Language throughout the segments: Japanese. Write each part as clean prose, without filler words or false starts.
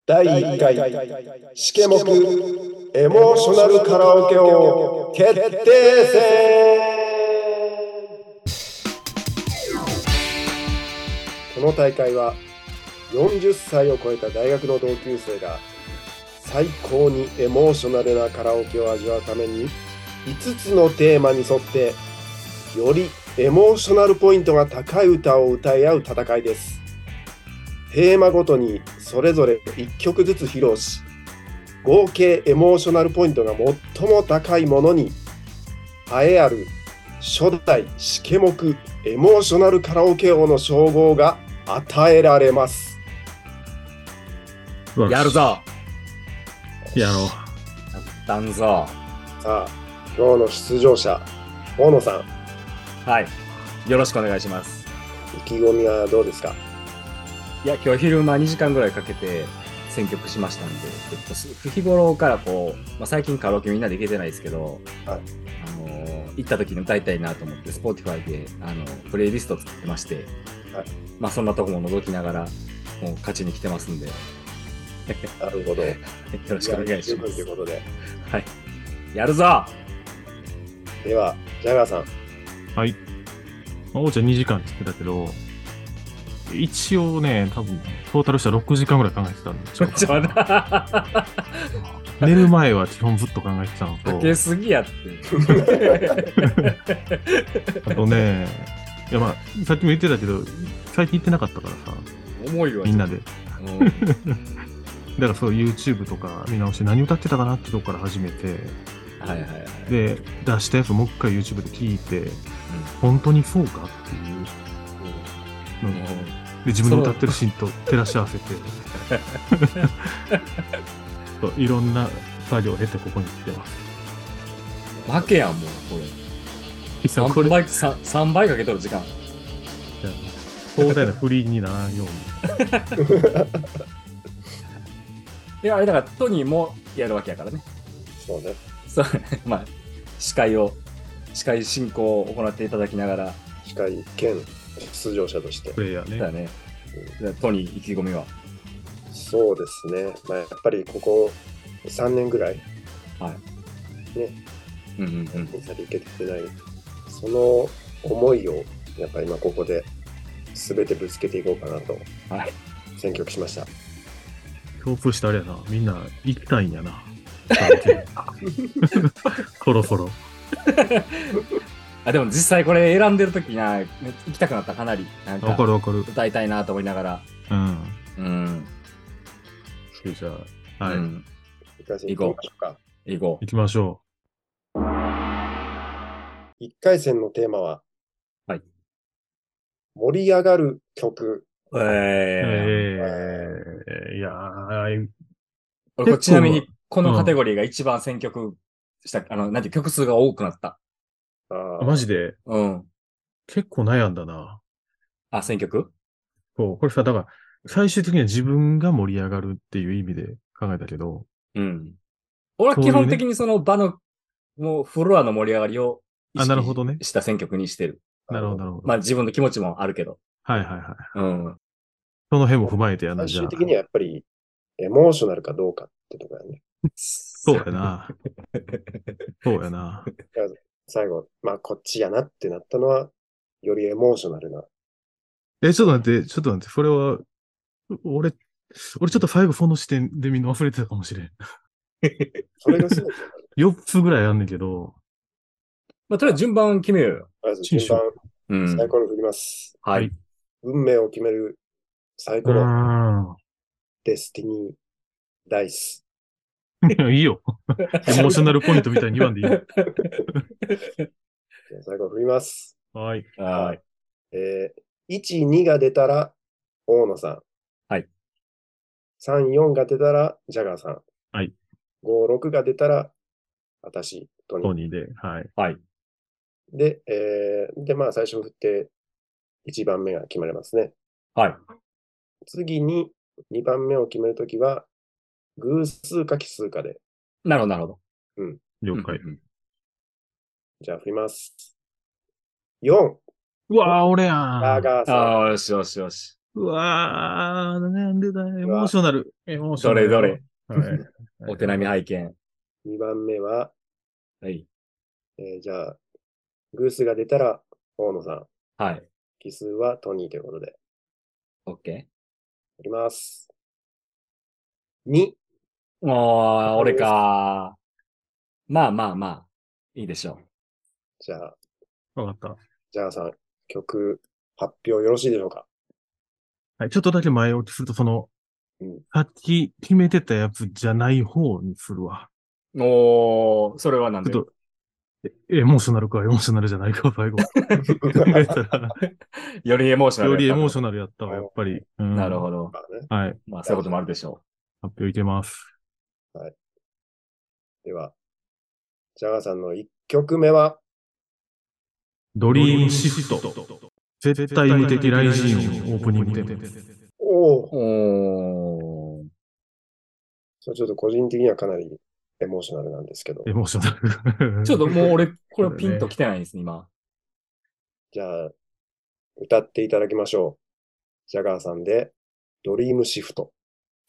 第1回シケモクエモーショナルカラオケ王決定戦。この大会は40歳を超えた大学の同級生が最高にエモーショナルなカラオケを味わうために5つのテーマに沿ってよりエモーショナルポイントが高い歌を歌い合う戦いです。テーマごとにそれぞれ1曲ずつ披露し、合計エモーショナルポイントが最も高いものに栄えある初代シケモクエモーショナルカラオケ王の称号が与えられます。 やるぞ。 やろう。 やったんぞ。 さあ、今日の出場者、大野さん、 はい。よろしくお願いします。 意気込みはどうですか？ いや、今日昼間2時間ぐらいかけて選曲しましたんで、日頃から最近カラオケみんなで行けてないですけど、 はい、 行った時に歌いたいなと思って、Spotify でプレイリストを作ってまして、はい、そんなとこも覗きながら、もう勝ちに来てますんで。 なるほど。よろしくお願いします。 ということで。 はい。やるぞ。 では、ジャガーさん。 はい。おーちゃん2時間って言ってたけど、一応ね、多分、トータルしたら6時間ぐらい考えてたんで。 ちょっと寝る前は基本ずっと考えてたのと。 かけすぎやって。 あとね、いやさっきも言ってたけど、最近行ってなかったからさ。 重いわ。 みんなで。だからそう YouTube とか見直して何歌ってたかなってとこから始めて、 はいはいはい。 で、出したやつもう一回 YouTube で聞いて、本当にそうかっていうのを、で自分の歌ってるシーンと照らし合わせていろんな作業を経てここに来てます。 負けやん、もうこれ。3倍かけとる時間。 壮大なフリーにならんように。 いや、あれだからトニーもやるわけやからね。 そうね。 そう司会進行を行っていただきながら。 司会兼出場者として。 プレイヤーね。 だね。トニー意気込みは。 そうですね。やっぱりここ3年ぐらい。 はい。 ね。さでいけてない。その思いをやっぱり今ここで全てぶつけていこうかなと。はい。選曲しました。 共通したあれやな。みんな行きたいんやな。そろそろ。 でも実際これ選んでる時な、行きたくなった。かなりなんかわかるわかる。 歌いたいなと思いながら。 じゃあ、はい。 行こう。 行きましょう。 1回戦のテーマは、 はい。 盛り上がる曲。 いやー、 これちなみにこのカテゴリーが一番選曲した、なんて曲数が多くなった。 マジで結構悩んだな。 選曲？ そう、これさ、だから、最終的には自分が盛り上がるっていう意味で考えたけど。 俺は基本的にその場の、もうフロアの盛り上がりを意識した選曲にしてる。 なるほど、なるほど。 自分の気持ちもあるけど。 はいはいはい。その辺も踏まえてやんな、 じゃあ。最終的にはやっぱり、エモーショナルかどうかってところだね。 そうやな。そうやな。 最後、こっちやなってなったのは、よりエモーショナルな。 ちょっと待って。それは、俺ちょっと最後その視点でみんな忘れてたかもしれん。 それがそう。 4つぐらいあんねんけど。 とりあえず順番決めようよ。 順番、サイコロ振ります。 はい。 運命を決めるサイコロ。デスティニーダイス。 いいよ。エモーショナルポイントみたいに言わんでいいよ。 最後振ります。 はい。 1、2が出たら、大野さん。 はい。 3、4が出たら、ジャガーさん。 はい。 5、6が出たら、私、トニーで。はい。 はい。 で、最初振って、1番目が決まりますね。 はい。 次に、2番目を決めるときは、偶数か奇数かで。 なるほど、なるほど。 了解。 じゃあ振ります。4。 うわー、俺やん。 ジャガーさん。 よしよしよし。 うわー、なんでだ、エモーショナル。エモーショどナル。 れどれ。 はい。 お手並み拝見。 2番目は、 はい。 じゃあ、偶数が出たら大野さん、 はい。 奇数はトニーということで、 オッケー。 いきます。2。 もう、俺か。まあまあまあ。いいでしょじゃあ、 わかった。 ジャガさん、曲発表よろしいでしょうか？ はい。ちょっとだけ前置きすると、 うん。 さっき決めてたやつじゃない方にするわ。 う。おー、それはなんで？ ちょっと、エモーショナルかエモーショナルじゃないか、最後。考えたら、 よりエモーショナルよりエやったってこと。 モーショナルやったわ、やっぱり。うん。 なるほど。 まあね。 はい。 まあ、そういうこともあるでしょ発表いけます。 はい。では、ジャガさんの1曲目は、 ドリームシフト。絶対無敵ライジンオープニングテーマ。 おう。 お、 おー。 それちょっと個人的にはかなりエモーショナルなんですけど。 エモーショナル。 ちょっともう俺、これそうだねピンと来てないです、今。 じゃあ、歌っていただきましょう。ジャガーさんで、ドリームシフト。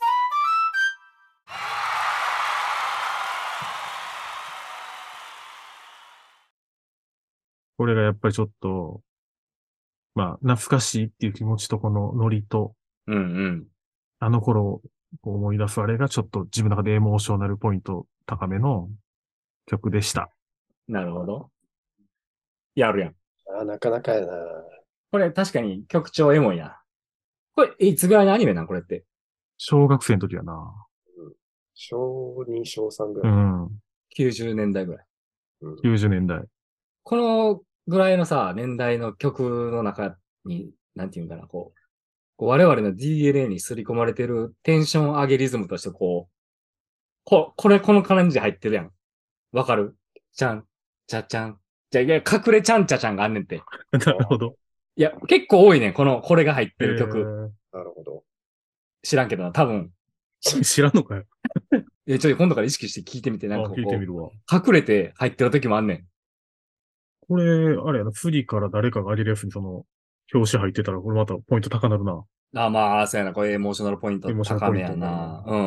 これがやっぱりちょっと、まあ、懐かしいっていう気持ちとこのノリと、 うんうん。 あの頃を思い出すあれがちょっと自分の中でエモーショナルポイント高めの曲でした。 なるほど。やるやん。 あー、なかなかやな。 これ確かに曲調エモいな。これ、いつぐらいのアニメなんこれって？ 小学生の時やな。 うん、小2、小3ぐらい。 うん。 90年代ぐらい。 うん、 90年代。 このぐらいのさ、年代の曲の中に、なんていうんかな、こう我々の DNA に刷り込まれてるテンション上げリズムとしてこの感じ入ってるやん。わかる？ちゃん、ちゃちゃん。じゃ、いや、隠れちゃんちゃちゃんがあんねんて。 なるほど。 いや、結構多いねん、これが入ってる曲。 なるほど。 知らんけどな、多分。 知らんのかよ。 ちょっと今度から意識して聞いてみて、なんか聞いてみるわ。 隠れて入ってる時もあんねん。 これ、あれやな、フリから誰かがアリレフに表紙入ってたら、これまたポイント高なるな。 あ、まあ、そうやな。これエモーショナルポイントエモーショナル高めポイントやな。うん。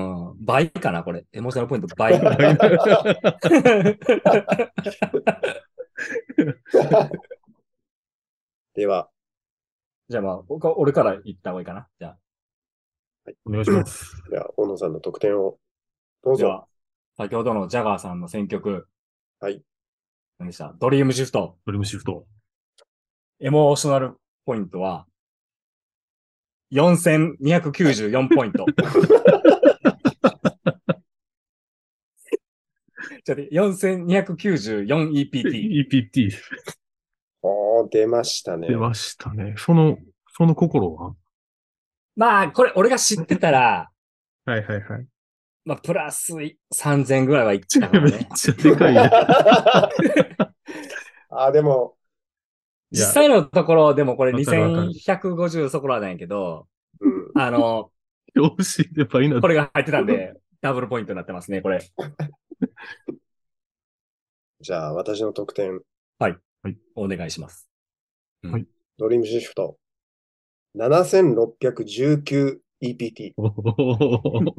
倍かな、これ。エモーショナルポイント倍。 では、 じゃあまあ、俺から言った方がいいかな。じゃあ。 お願いします。 では、大野さんの得点をどうぞ。 では、先ほどのジャガーさんの選曲。 はい。 何でした？ドリームシフト。 ドリームシフト。 エモーショナルポイントは、4294ポイント。じゃあ、4294EPT。 EPT。 おー、出ましたね。 出ましたね。その心は？ まあ、これ、俺が知ってたら、 はいはいはい。 まあ、プラス3000ぐらいはいったからめっね。 ちゃでかいね。 あ、でも、 いや、 実際のところ、でもこれわかるわかる。 2150そこらなんやけど、 うん、 表紙で倍になっこれが入ってたんで、ダブルポイントになってますね、これ。 じゃあ、私の得点、 はい。 はい。 お願いします。 はい。 ドリームシフト、7619EPT。 おー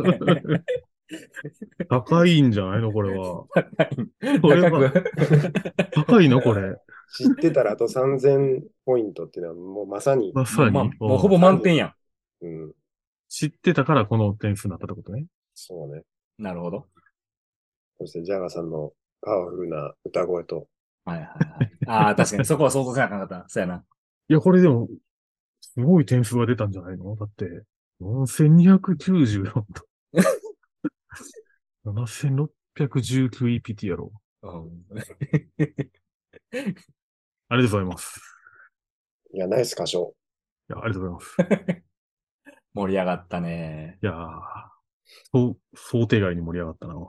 高いんじゃないのこれは。これは高く。 高いのこれ。 知ってたらあと3000ポイントっていうのはもうまさに、 まさに。 もうほぼ満点やうん、 知ってたからこの点数になったってことね。 そうね。 ん。なるほど。 そして、ジャガさんのパワフルな歌声と、 はいはいはい。ああ、確かにそこは想像せなあかんかった。そうやな。 いや、これでも、すごい点数が出たんじゃないのだって、4294と 7619EPT やろ。 うん、 ありがとうございます。 いや、ナイス歌唱。 いや、ありがとうございます。 盛り上がったね。 いやー、想定外に盛り上がったな。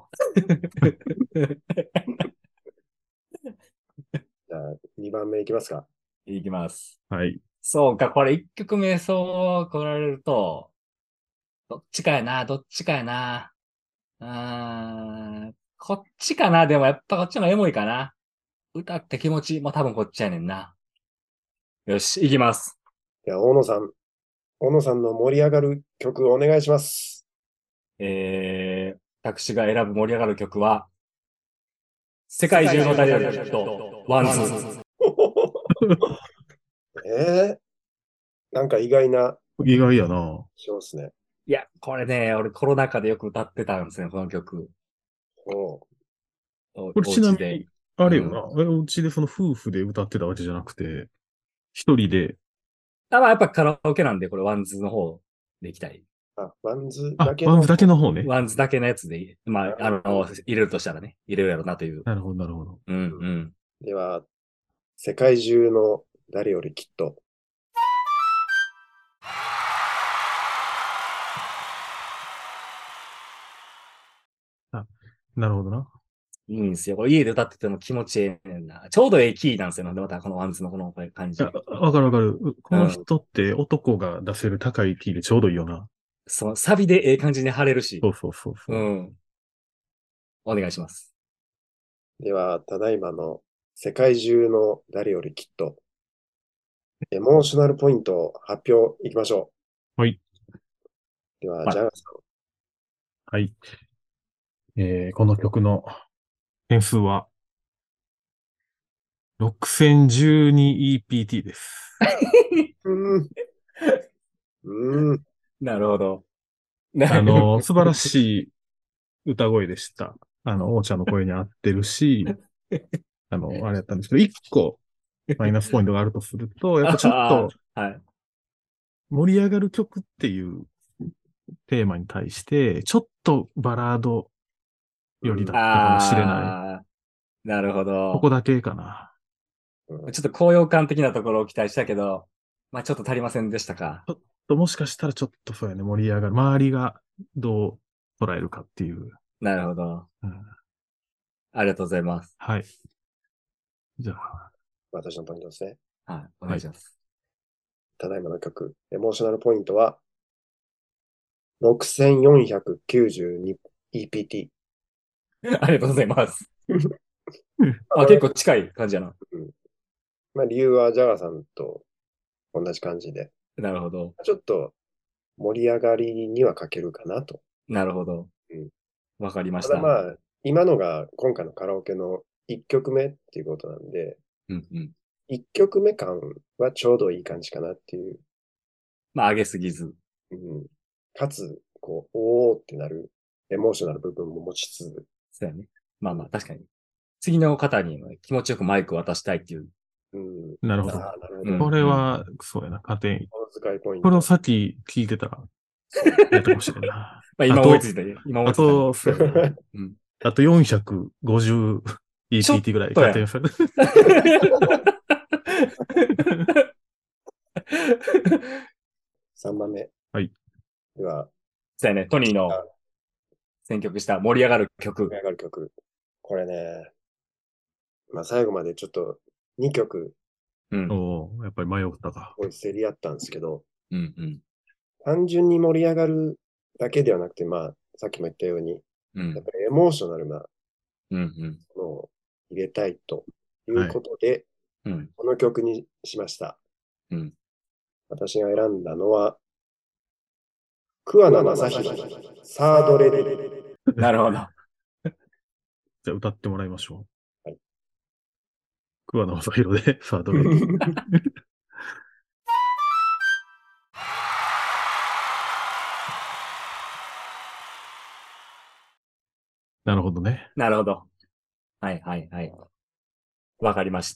じゃあ、2番目いきますか。 いきます。 はい。 そうか、これ1曲目そう来られると、どっちかやな、どっちかやな。こっちかな。でもやっぱこっちのエモいかな。歌って気持ちも多分こっちやねんな。よし、いきます。 では、大野さん、 小野さんの盛り上がる曲お願いします。 私が選ぶ盛り上がる曲は、世界中の誰よりとワンズ。 えー、なんか意外な意外やな。 しますね。 いや、これね、俺コロナ禍でよく歌ってたんですね、この曲。 おおこれちなみお家でに、あれよな。うちでその夫婦で歌ってたわけじゃなくて、一人で、 まあやっぱカラオケなんで、これワンズの方でいきたい。 ワンズあ、 だけの。 ワンズだけの方ね。 ワンズだけのやつで、まあ、入れるとしたらね、入れるやろなという。 なるほど、なるほど。 うん、うん。 では、世界中の誰よりきっと。 あ、なるほどな。 いいんですよ。これ家で歌ってても気持ちええねんな。ちょうどええキーなんですよ。なんでまたこのワンズのこの感じ。 いや、わかるわかる。この人って男が出せる高いキーでちょうどいいよな。 そのサビでええ感じに貼れるし。 そうそうそうそうう。 ん。お願いします。 では、ただいまの世界中の誰よりきっと。エモーショナルポイントを発表いきましょはい。 う。では、 はいジャガさはい。この曲の点数は 6012EPT です。 ん。 なるほど。 素晴らしい歌声でした。王ちゃんの声に合ってるし、あれやったんですけど、一個マイナスポイントがあるとすると、やっぱちょっとはい。 盛り上がる曲っていうテーマに対して、ちょっとバラードよりだったかもしれない。 ああ、なるほこど。 こだけかな。 ちょっと高揚感的なところを期待したけど、まあちょっと足りませんでしたか。 もしかしたらちょっとそうやね、盛り上がる。周りがどう捉えるかっていう。 なるほど。ありがとうございます。 はい。じゃあ、 私のポイントですね。 はい。お願いします。 ただいまの曲、エモーショナルポイントは 6492EPT。 ありがとうございます。結構近い感じやな。 理由はジャガさんと同じ感じで、 なるほど。 ちょっと盛り上がりには欠けるかなと。 なるほど。わかりました。 今のが今回のカラオケの1曲目っていうことなんで、 うんうん。 1曲目感はちょうどいい感じかなっていう。 上げすぎず。 かつ、おーってなるエモーショナル部分も持ちつつ。 そうやね。確かに。次の方に気持ちよくマイクを渡したいっていう。 なるほど。 なるほど。 これは、そうやな、加点。 この使いポイント。 これをさっき聞いてたら、やったかもしれんな。 今思いついたね。今思いついた。 あと450EPT ぐらい加点される。 3番目。 はい。 では、 そうやね。トニーの選曲した盛り上がる曲。 盛り上がる曲。これね、最後までちょっと2曲、 やっぱり迷ったか。 競り合ったんですけど、 うん単純に盛り上がるだけではなくて、さっきも言ったように、やっぱりエモーショナルなのを入れたいということで、この曲にしました。私が選んだのは、桑名正宏、サードレディ。 なるほど。 じゃあ歌ってもらいましょう。はい。 桑名正宏でサードレディ。なるほどね。 なるほど。はいはいはい。わかりました。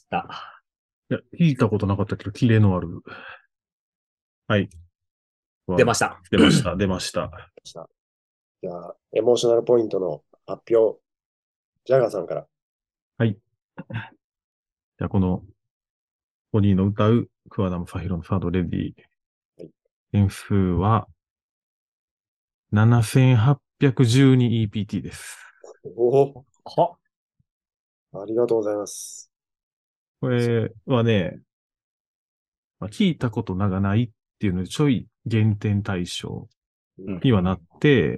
いや、聞いたことなかったけど、キレのある。はい。 出ました。 出ました。出ました。 じゃあ、エモーショナルポイントの発表。ジャガーさんから。 はい。じゃあ、この、ポニーの歌う、桑名正宏のサードレディ。点数は、7812EPT です。 おお。ありがとうございます。 これはね、聞いたことがないっていうので、ちょい減点対象にはなって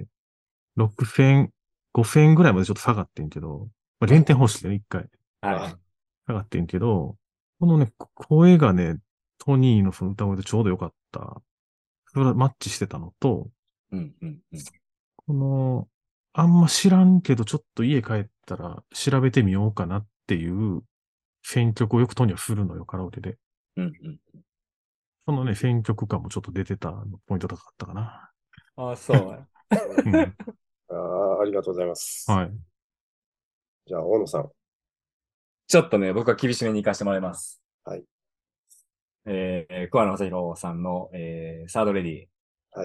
、6000、5000ぐらいまでちょっと下がってんけど、減点方式でね、一回。 はい。 下がってんけど、このね、声がね、トニーのその歌声でちょうどよかった。 マッチしてたのと、 うんうんうん。 この、あんま知らんけど、ちょっと家帰ったら調べてみようかなっていう選曲をよくトニーはするのよ、カラオケで。 うんうん。 そのね、選曲感もちょっと出てたポイント高かったかな。 あ、そう。 うん。 ありがとうございます。 はい。 じゃあ、大野さん。 ちょっとね、僕は厳しめに行かせてもらいます。 はい。 桑名正宏さんの、サードレディ。 はい。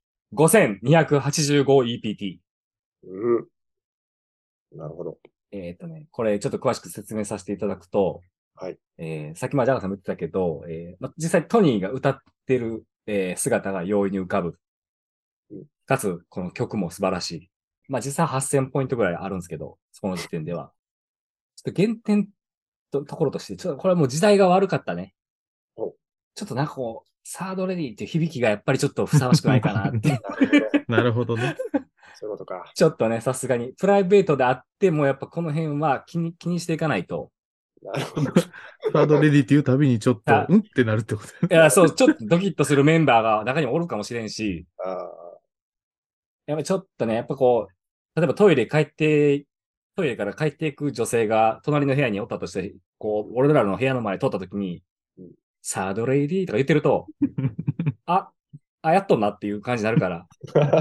5285EPT。 うん。なるほど。 これちょっと詳しく説明させていただくと、 はい。 さっきジャガーさんも言ってたけど、実際トニーが歌ってる、姿が容易に浮かぶ。 うんかつ、この曲も素晴らしい。実際8000ポイントぐらいあるんですけど、そこの時点では。ちょっと減点ところとして、ちょっとこれはもう時代が悪かったね。 おちょっとなんかこう、サードレディっていう響きがやっぱりちょっとふさわしくないかなって。 なるほど。 なるほどね。 そういうことか。 ちょっとね、さすがに。プライベートであっても、やっぱこの辺は気にしていかないと。 なるほど。 サードレディっていうたびにちょっと、 あうんってなるってこと。 いや、そう、ちょっとドキッとするメンバーが中におるかもしれんし、 あやっぱちょっとね、やっぱこう、例えばトイレから帰っていく女性が隣の部屋におったとして、こう、俺らの部屋の前通った時にうん、 サードレイディーとか言ってると、あ、やっとんなっていう感じになるから、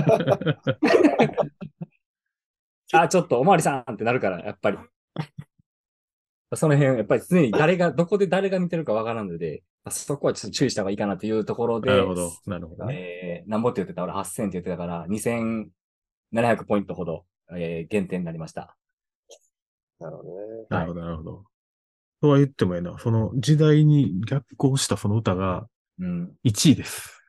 ちょっとおまわりさんってなるから、やっぱり。その辺、やっぱり常にどこで誰が見てるかわからんので、そこはちょっと注意した方がいいかなというところで、 なるほど。なるほどね。 なんぼって言ってた俺8000って言ってたから、2700ポイントほど、減点になりました。 なるほどね。 なるほど、なるほど。とは言ってもええな。その時代に逆行したその歌がうん。 1位です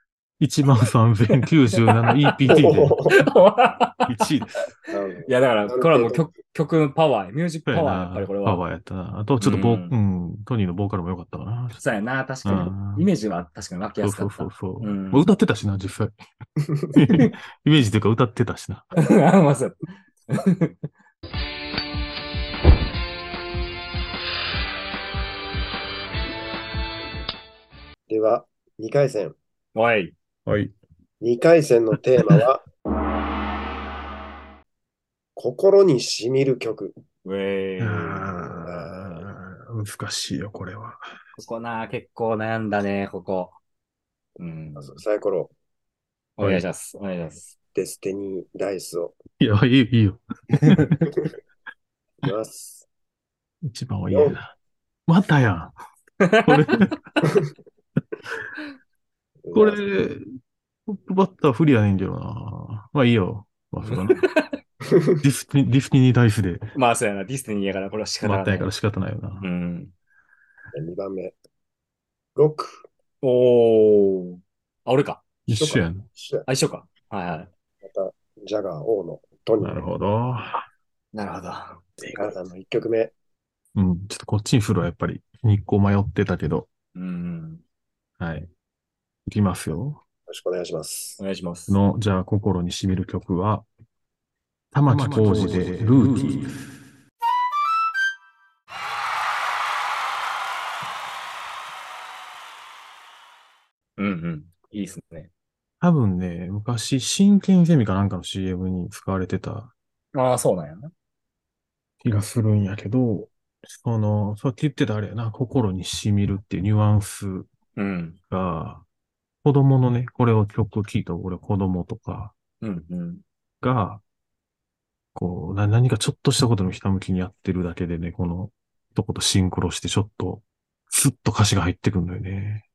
。13,097EPT で1位です。 なるほど。 いや、だから、 あるこれはもう程度曲のパワー、ミュージックそうやパワー、やっぱりな。 これは。 パワーやったな。あと、ちょっとトニーのボーカルも良かったかな。 そうやな、確うかに。イん。 メージは確かに湧きやそうそうすかった。 そうそう。 うん。 まあ歌ってたしな、実際。イメージというか歌ってたしな。 そう。 では、2回戦。 おい。 はい。 2回戦のテーマは、心に染みる曲。 ウェーイ。 難しいよ、これは。 ここな、結構悩んだね、ここ。うん。 サイコロ、 お願いします。お願いします。 デスティニーダイスをいや、いいよ。 いきます。 一番はいいやな。またやん。これ、これ、トップバッター不利やねんけどな。まあいいよ。まあそうかな。ディスティニーダイスでそうやな、ディスティニーやから、これは仕方がない。 終わったんやから仕方ないよな。 うん。 2番目。6。 おー。俺か。 一緒やん。 一緒や。 一緒か。はいはい。 また、ジャガー、王のトニー。 なるほど。 なるほど。 カナダの1曲目。ようん。ちょっとこっちにするはやっぱり日光迷ってたけど。 うん。 はい。いきますよ。 ろしくお願いします。 お願いします。 じゃあ心に染みる曲は、玉置浩二でルーティー。 うんうん。いいですね。 多分ね、昔、真剣ゼミかなんかの CM に使われてたそうなんやな。 気がするんやけど、さっき言ってたあれやな、心に染みるっていうニュアンスうん。 が、子供のね、これを曲聴いた俺子供とかうんうん。 が、何かちょっとしたことのひたむきにやってるだけでね、このとことシンクロしてちょっと、スッと歌詞が入ってくるんだよね。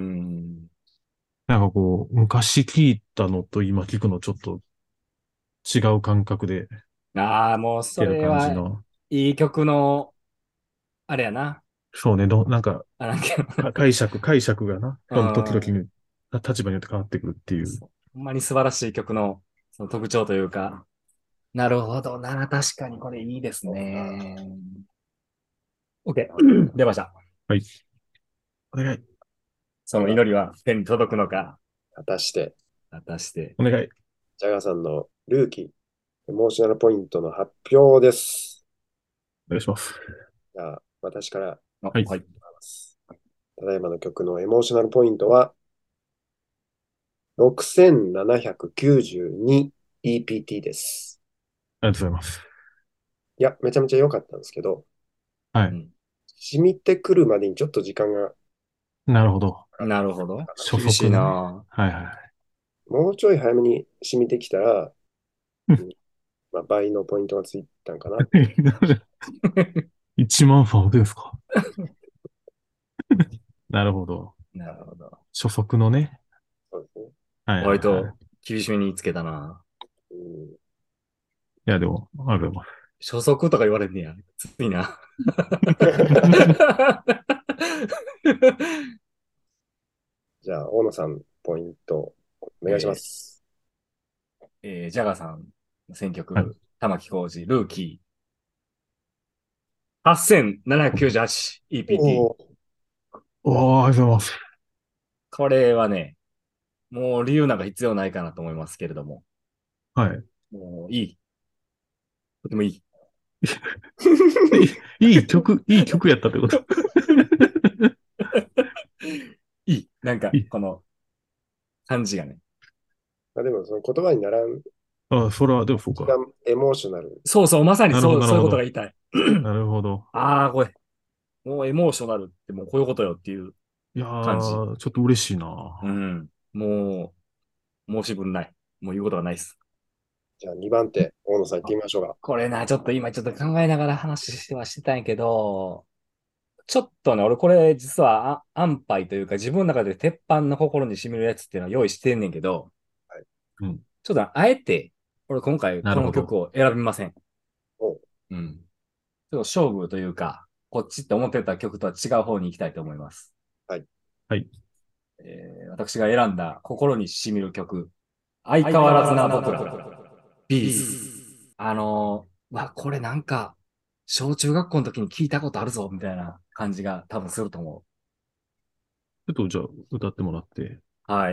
なんか昔聞いたのと今聞くのちょっと違う感覚でもうそ聴けるれは、 感じの。 いい曲の、あれやな。 そうね、なんか、 なんか解釈がな、 うその時々 ん。 に、立場によって変わってくるっていう。 ほんまに素晴らしい曲の、その特徴というか。なるほどな。確かにこれいいですね。OK。出ました。 はい。お願い。 その祈りは天に届くのか。 果たして、 果たして。 お願い。 ジャガーさんのルーキー、エモーショナルポイントの発表です。 お願いします。 じゃあ、私からはい。 はい。 ただいまの曲のエモーショナルポイントは 6792EPT です。 ありがとうございます。 いや、めちゃめちゃ良かったんですけど、 はい。 うん。 染みてくるまでにちょっと時間がなるほど。 なるほど。 初厳しい速のね。 なはいはい。 もうちょい早めに染みてきたら、うんまあ、倍のポイントがついたんかなっていう。 1万ファンですか？なるほど。 なるほど。 初速のね。 そうですね。 はいはいはい。 割と厳しめにつけたな。 うん、 いや、でも、ありがとうござい初速とか言われんねや。ついな。 じゃあ、大野さん、ポイントお願いしまえす。 ジャガーさんの選はい。 曲、玉置浩二、ルーキー、8798EPT。 おー、 おー、ありがとうございます。 これはね、もう理由なんか必要ないかなと思いますけれども。 はい。 もういい。とてもいい。 いい曲やったってこと？ いい。なんか、 いい。 この感じがね。 まあ、でも、その言葉にならん、 あ、それは、でもそうか。 一番エモーショナル。 そうそう、まさになるほど、 そう、そういうなるほど。 ことが言いたい。 なるほど。 ああ、これ、もうエモーショナルってもうこういうことよっていういや感じ。 ー、ちょっと嬉しいな。 うん。もう、申し分ない。もう言うことがないです。 じゃあ、2番手、大野さん行ってみましょうか。 これな、ちょっと今ちょっと考えながら話してたんやけど、ちょっとね、俺これ実は安牌というか自分の中で鉄板の心に染みるやつっていうのは用意してんねんけど、 はい。 うん。 ちょっとあえて、俺今回このなるほど。 曲を選びません。 おうん。ちょっと勝負というか、こっちって思ってた曲とは違う方に行きたいと思います。 はい。 はい。 私が選んだ心に染みる曲、相変わらずな僕ら、ビーズ。これなんか、小中学校の時に聞いたことあるぞ、みたいな感じが多分すると思ちょっとじゃあ、歌ってもらって。 う。はい。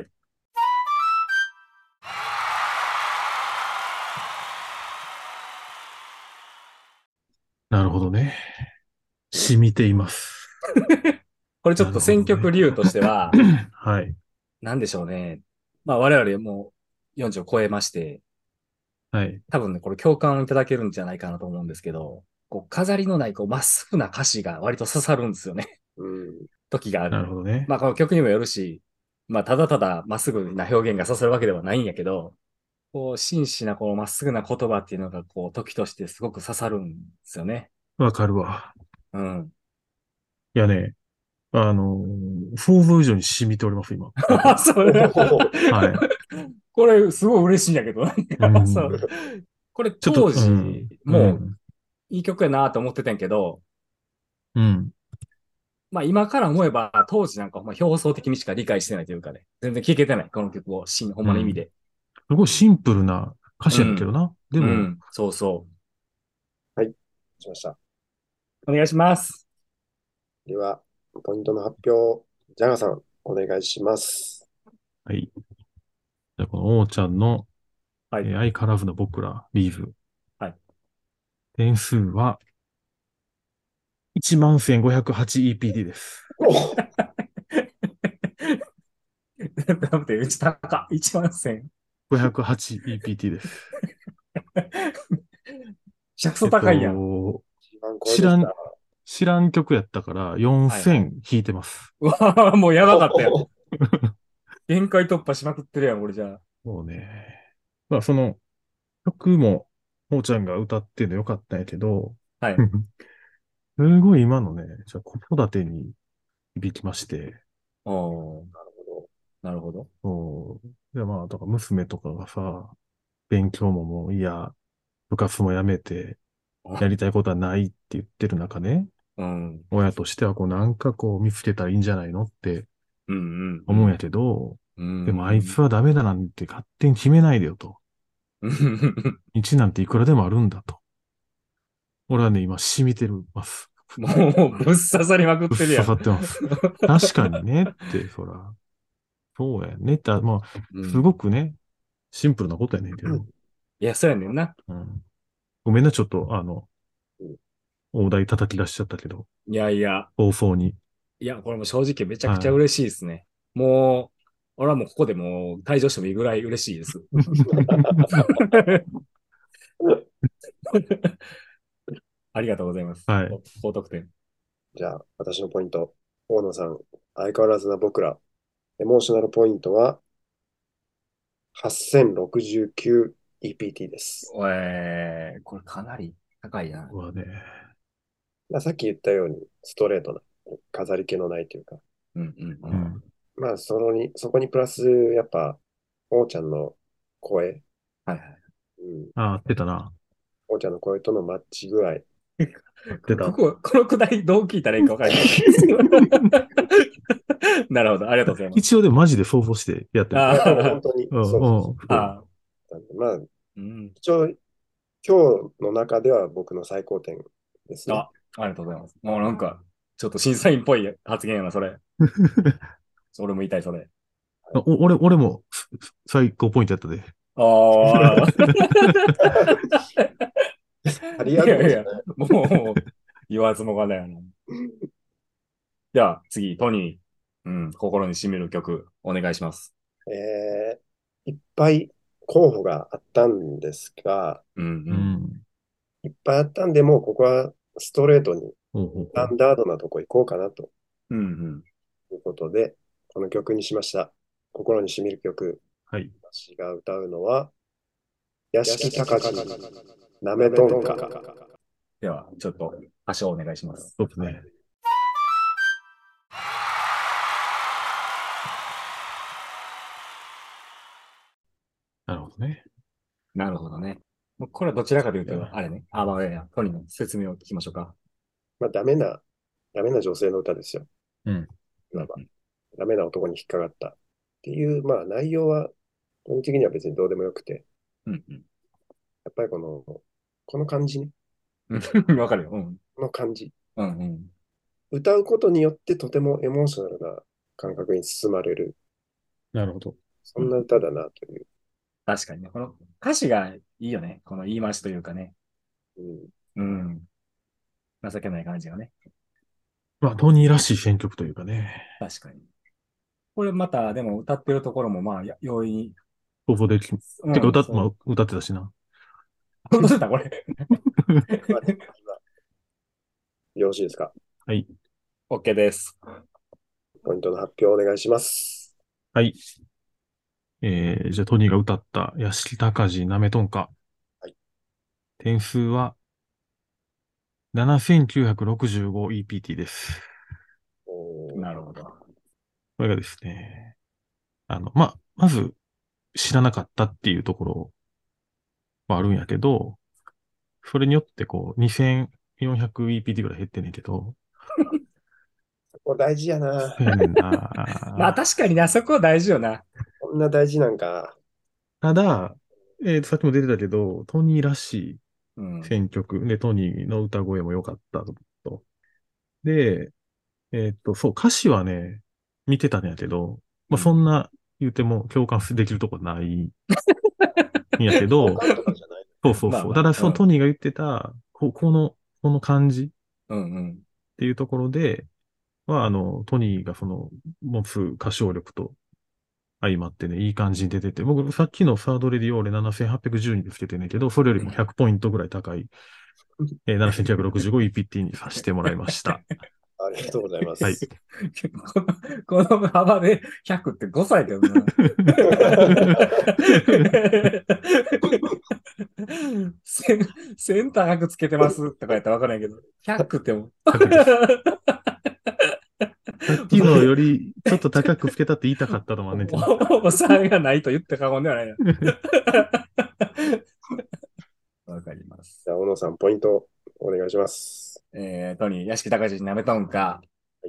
なるほどね。染みています。 これちょっなと選るほどね。 曲理由としては、 はい。 なんでしょうね。まあ我々もう40を超えまして、 はい。 多分ね、これ共感いただけるんじゃないかなと思うんですけど、こう飾りのないこうまっすぐな歌詞が割と刺さるんですよね。 うん。 時がある。 なるほどね。 まあこの曲にもよるし、まあただただまっすぐな表現が刺さるわけではないんやけど、こう真摯なこのまっすぐな言葉っていうのがこう時としてすごく刺さるんですよね。 わかるわ。 うん。 いやね、想像以上に染みております、今。なんか。 そう。 おー、 はい。 これすごい嬉しいんやけど、 うそう。 ん。 これちょっと、 当時、もううん。 いい曲やなと思ってたんやけど、 うん。 まあ今から思えば当時なんかほんま表層的にしか理解してないというかね、全然聴けてない、この曲を、ほんうん。 まの意味で。 すごいシンプルな歌詞やねんけどうん。 な。でも、 うん。そうそはい。しました。 う。お願いします。 では、ポイントの発表、ジャガさん、お願いします。 はい。じゃあ、このおーちゃんの、 はい。 相変わらずの僕ら、ビーズ。 はい。 点数は、11,508EPT です。 お待って、うち高っ。1万1000。 508EPT です。 シャクソ高いやん。 一番これ知らん、 ですか？ 知らん曲やったからはいはい。 4000弾いてます。 うわぁ、もうやばかったやん。 お限界突破しまくってるやん、これじゃもうね。まあ、その曲も、おーちゃんが歌ってんのよかったんやけど、 あ。はい。 すごい今のね、じゃあ子育てに響きまして、 おー、 なるほなるほど。 そう。で、まあ、だから娘とかがさ、勉強ももういや、部活もやめて、やりたいことはないって言ってる中ね、 うん。 親としてはこうなんかこう見つけたらいいんじゃないのってうん、うん、 思うんやけど、 うでもあいつん。 はダメだなんて勝手に決めないでよと。 うん。 道なんていくらでもあるんだと。俺はね、今染みてるます。 もう、ぶっ刺さりまくっぶってるやん。 刺さってます。確かにねって、そら、そうやねって、まあ、すうん。 ごくね、シンプルなことやねんけど。 ど、 いや、そうやねんな。 うん、ごめんな、ちょっと、 うん大台叩き出しちゃったけど、 いやいや。 放送に。 いや、これも正直めちゃくちゃは嬉しいですね。もう、 俺はもうここでもう退場してもいいぐらい嬉しいです。ありがとうございます。 はい。 高得点。 じゃあ、私のポイント。大野さん、相変わらずな僕ら。エモーショナルポイントは 8069EPT です。 これかなり高いな。 はね。 まあ、さっき言ったように、ストレートな、飾り気のないというか、 うんうんうん。 うん。 まあ、そこにプラス、やっぱ、おーちゃんの声、 はいはい。 うん、 あ、出たな。 おーちゃんの声とのマッチ具合。 出た。 このくだりどう聞いたらいいか分からないけど。なるほど。ありがとうございます。 一応でもマジで想像してやってる。 いや、もうあ本当に、 うん、 そうそうそうん。 あ、 そうああ、 う。まあ、 うん。 一応、今日の中では僕の最高点ですね。 ありがとうございます。もうなんか、ちょっと審査員っぽい発言やな、それ。俺も言いたい、それ。 俺も最高ポイントやったで。 ああ。 ありがとういやいや、もう、言わずもがなやな。じゃあ、次、トニー。うん、心に染みる曲、お願いします。 いっぱい候補があったんですが、 うんう。 うんん。 いっぱいあったんで、もうここはストレートにほうほうほう。 スタンダードなとこ行こうかなとうんうん。 いうことで、この曲にしました。心に染みる曲。 はい。 私が歌うのは、屋敷隆人、なめとんか。 では、ちょっと、歌唱お願いします。 そうですね。なるほどね。 なるほどね。もうこれはどちらかというと、あれね。まあ、いやいや、トニーの説明を聞きましょうか。 まあ、ダメな女性の歌ですよ。 うん。 いわば。ダメな男に引っかかった。っていう、まあ内容は、基本的には別にどうでもよくて、 うんうん。 やっぱりこの感じね。 うんわかるよ。うん。 この感じ。 うんうん。 歌うことによってとてもエモーショナルな感覚に包まれる、 なるほど。 そんな歌だなという。 確かにね。この歌詞がいいよね。この言い回しというかね。 うん、 うん。情けない感じがね。 まあ、トニーらしい選曲というかね。 確かに。これまた、でも歌ってるところも、まあ、容易に。 想像でき、てかうん、 まあ、 そう。 歌ってたしな。 どうしたこれ。 まあ、今よろしいですか？ はい。 OK です。 ポイントの発表をお願いします。 はい。じゃあトニーが歌った屋敷隆人なめとんか。 はい。 点数は 7965EPT です。 おなるほど。 これがですね、まず知らなかったっていうところはあるんやけど、それによってこう 2400EPT ぐらい減ってんねんけど、 ここ大事やな。 そうやねんまあな。 確かにね、あそこは大事よな。 こんな大事なんか。 ただ、さっきも出てたけど、トニーらしいうん。 選曲。で、トニーの歌声も良かったと。で、そう、歌詞はね、見てたんやけど、まあ、そうん。 んな言うても共感できるとこないんやけ共ど、 感とかじゃない。 そうそうそう。ただ、 まあまあ、 そのトニーが言ってた、この感じっうんうん。 ていうところで、トニーがその、持つ歌唱力と相まってね、いい感じに出てて、僕、さっきのサードレディオーレ7812でつけてんねんけど、それよりも100ポイントぐらい高い、7965EPT にさせてもらいました。 ありがとうございまはい。 す。 この幅で100って5歳だよな。セン、センター高くつけてますとか言ったらわからないけど、100っても。 100です。さっきのよりちょっと高くつけたって言いたかったのもあんねんけど。 お差がないと言って過言ではないな。わかります。 じゃあ、小野さん、ポイントお願いします。 トニー、屋敷隆人なめとんか、 はい、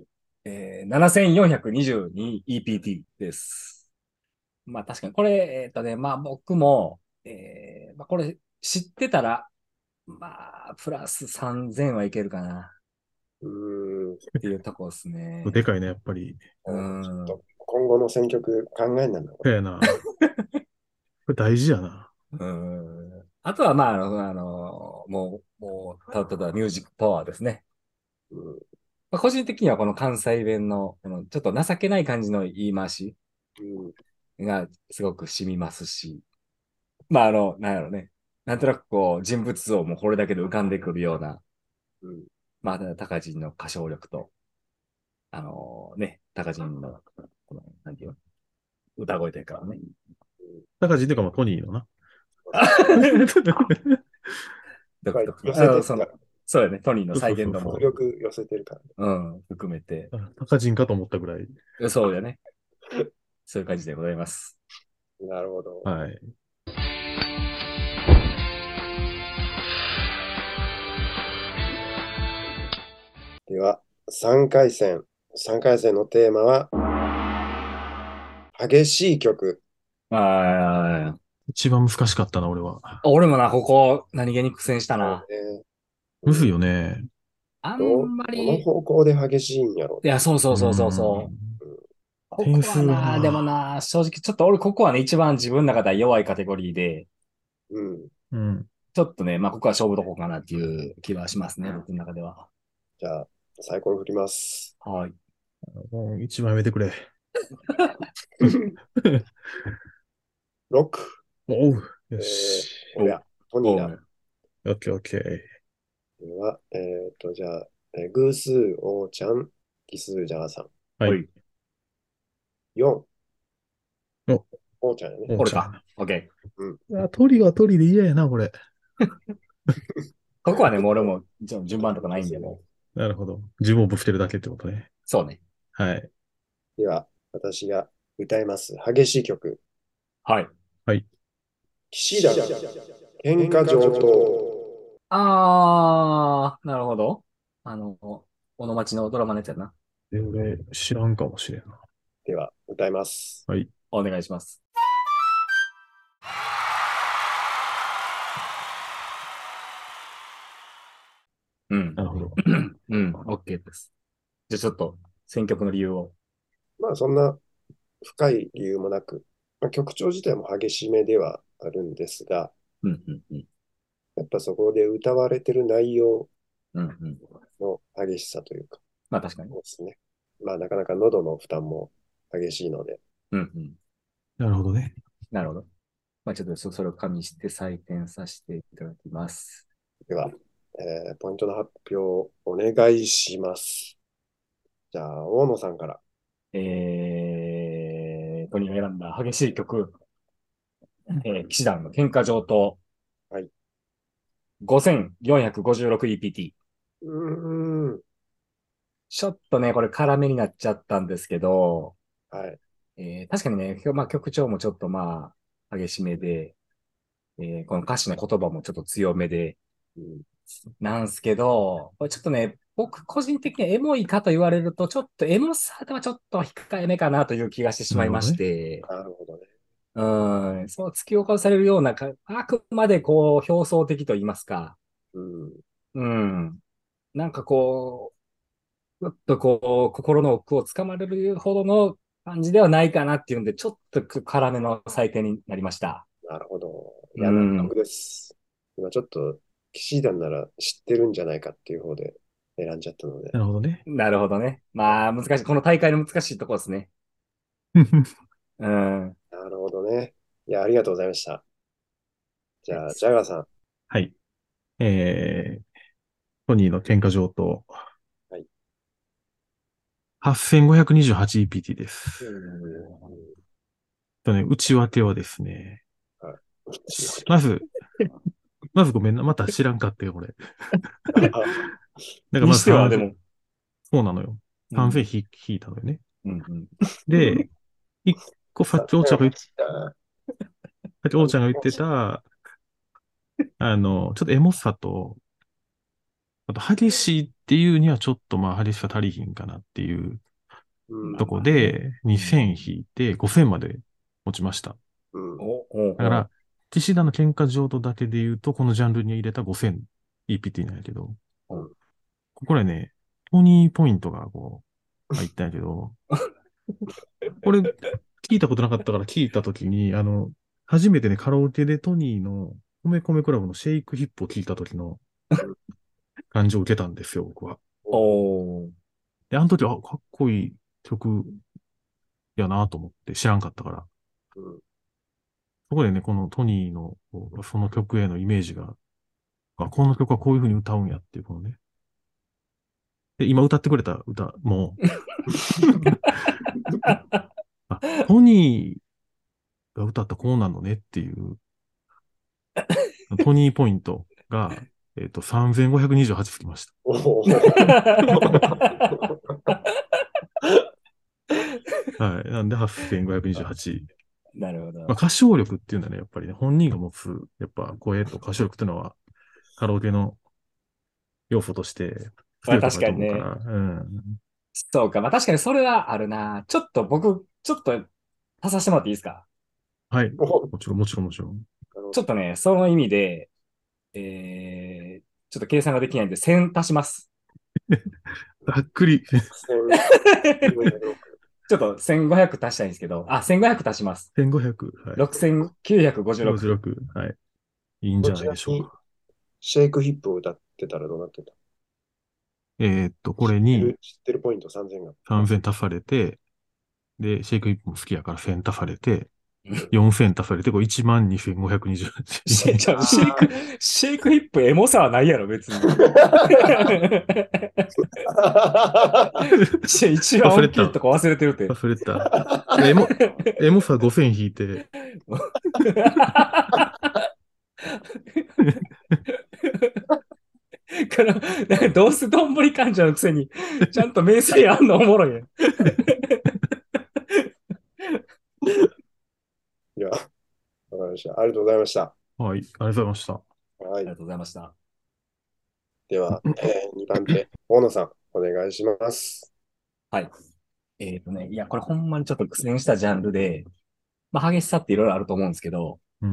7422EPT です。まあ確かに、これ、まあ僕も、まあこれ知ってたら、まあ、プラス3000はいけるかなうーん。 っていうとこですね。 でかいね、やっぱり。 うん。 ちょっと今後の選曲考えんなんだ、これ。 そうやな。これ大事やな。 うん。あとは、まあ、ただただミュージックパワーですね。 うん、 まあ、個人的にはこの関西弁の、このちょっと情けない感じの言い回し。 うん。 がすごく染みますし、まあなんやろね。なんとなくこう、人物像もこれだけで浮かんでくるような、 うん。 まあ、高人の歌唱力と、高人の、この、なんていうの、歌声というかね。 高人というか、まあ、トニーのな。 まあ、 独特の、 寄せてるから。 そうやね、トニーの再そうそうそう迫現度も、 力寄せてるからね。 うん、含めて、 高人かと思ったぐらい。 そうやね。そういう感じでございます。 なるほど。 はい。 では、3回戦。3回戦のテーマは、激しい曲。 あ一番難しかったな、俺は。 俺もな、ここ、何気に苦戦したな。 ね。 むずいうん。 よね。 あど、 んまどのり、 方向で激しいんやろいや、そうそううそうそうそう。 ん。 う。うん。 こ点数がこはな、でもな。 な、正直、ちょっと俺、ここはね、一番自分の中では弱いカテゴリーで、 うん。 うん。 ちょっとね、まあ、ここは勝負どころかなっていう気はしますね、僕の中では。 じゃあ、サイコロ振ります。 はい。 もう一番やめてくれ。 6。 おう。よえし。 俺や、トニーだ。 おうオッケーオッケー。 では、じゃあ、偶数、おーちゃん、奇数、ジャガさん。 はい。 おい、 4、 お、 おーちゃんやね。 俺か。 おうちゃんやな。 オッケー。 うん。 鳥は鳥で嫌やな、これ。 ここはね、もう俺も、順番とかないんで、もう。 なるほど。自分をぶつけるだけってことね。 そうね。 はい。 では、私が歌います。激しい曲。 はい。 はい。 騎士団、喧嘩上等。 なるほど。この町のドラマのやつやな。 俺、知らんかもしれんな。 では、歌います。 はい。 お願いします。うん。 なるほど。 うん、OK です。じゃあちょっと、選曲の理由を。 まあ、そんな深い理由もなく、まあ、曲調自体も激しめではあるんですが、 うん、うん、うん。 やっぱそこで歌われてる内容うん、うん。 の激しさというか、 まあ確かに。 そうですね。まあ、なかなか喉の負担も激しいので、 うん、うん。 なるほどね。 なるほど。まあちょっとそれを加味して採点させていただきます。 では、ポイントの発表をお願いします。じゃあ、大野さんから。 トニーが選んだ激しい曲、騎士団の喧嘩上等、 はい。 5456EPT。 うーん。 ちょっとね、これ辛めになっちゃったんですけど、 はい。 確かにね、まあ、曲調もちょっとまあ、激しめで、この歌詞の言葉もちょっと強めで、 うん、 なんすけど、これちょっとね、僕個人的にエモいかと言われると、ちょっとエモさではちょっと控えめかなという気がしてしまいましなるほどね。 て、 なるほどね。 そう突き起こされるようなあくまでこう、表層的と言いますか、 うん。 うん、なんかこちょっとこう、心の奥をつかまれるほどの感じではないかなっていうんで、ちょっと辛めの採点になりました。 なるほど。いや、納うん。 得です。今ちょっと、騎士団なら知ってるんじゃないかっていう方で選んじゃったので。 なるほどね。 なるほどね。まあ、難しい。この大会の難しいところですね。うん。 なるほどね。いや、ありがとうございました。じゃあ、ジャガーさん。 はい。えー、トニーの喧嘩上等。 はい。 8528EPT です。 うん内訳はですね。 はい。 まず、まずごめんな。また知らんかったよ、これ。なんかまずにしては、で 30、 も。 そうなのよ。 うん。 3000引いたのよね。 うん。 で、一個さっきおーちゃんが言っあさっきおーちゃんが言ってた、ちょっとエモさと、あと激しいっていうにはちょっとまあ激しさ足りひんかなっていううん。 とこまあまあね。 で、2000引いて5000まで落ちました。 うん。 だから、騎士団の喧嘩浄土だけで言うと、このジャンルに入れた5000 EPT なんやけど、 うん。 これね、トニーポイントがこう、入ったんやけど、これ、聞いたことなかったから聞いたときに、初めてね、カラオケでトニーの米米クラブのシェイクヒップを聞いたときの感情を受けたんですよ、僕は。 おー。 で、あの時、かっこいい曲やなと思って知らんかったから。 うん。 そこでね、このトニーの、その曲へのイメージが、あ、この曲はこういう風に歌うんやっていう、このね。で、今歌ってくれた歌も、あ、トニーが歌ったこうなのねっていう、トニーポイントが、3528つきましおお。 た。はい。なんで8528。 なるほど。 まあ、歌唱力っていうのはね、やっぱりね、本人が持つ、やっぱ声と歌唱力っていうのは、カラオケの要素としてまあ強いところ確かにね。 だと思うから、うん。 そうか。まあ確かにそれはあるな。ちょっと僕、ちょっと足させてもらっていいですか？ はい。 おもちろん、もちろん、もちろん。 ちょっとね、その意味で、ちょっと計算ができないんで、1000足します。 ざっくり。 1406。 ちょっと1500足したいんですけど、あ、1500足します。 1500。はい。 6956。 56。はい。いいんこじゃないちらに、 でしょうか。 シェイクヒップを歌ってたらどうなってた？ これに知ってるポイント3000が。 3000足されて、で、シェイクイップも好きやから1000足されて、4000足されて、これ12,528。 あシェイクヒップエモさはないやろ、別に。一番大きい忘れた。 とこ忘れてるって。 忘れた。エモさ5000引いて、 から、どうせどんぶり感情のくせに、ちゃんと名声あんのおもろいやん。 いや、わかりました。ありがとうございました。 はい、ありがとうございました。 はい。 ありがとうございました。 では、2番手、大野さん、お願いします。 はい。いや、これほんまにちょっと苦戦したジャンルで、まあ、激しさっていろいろあると思うんですけど、 うん。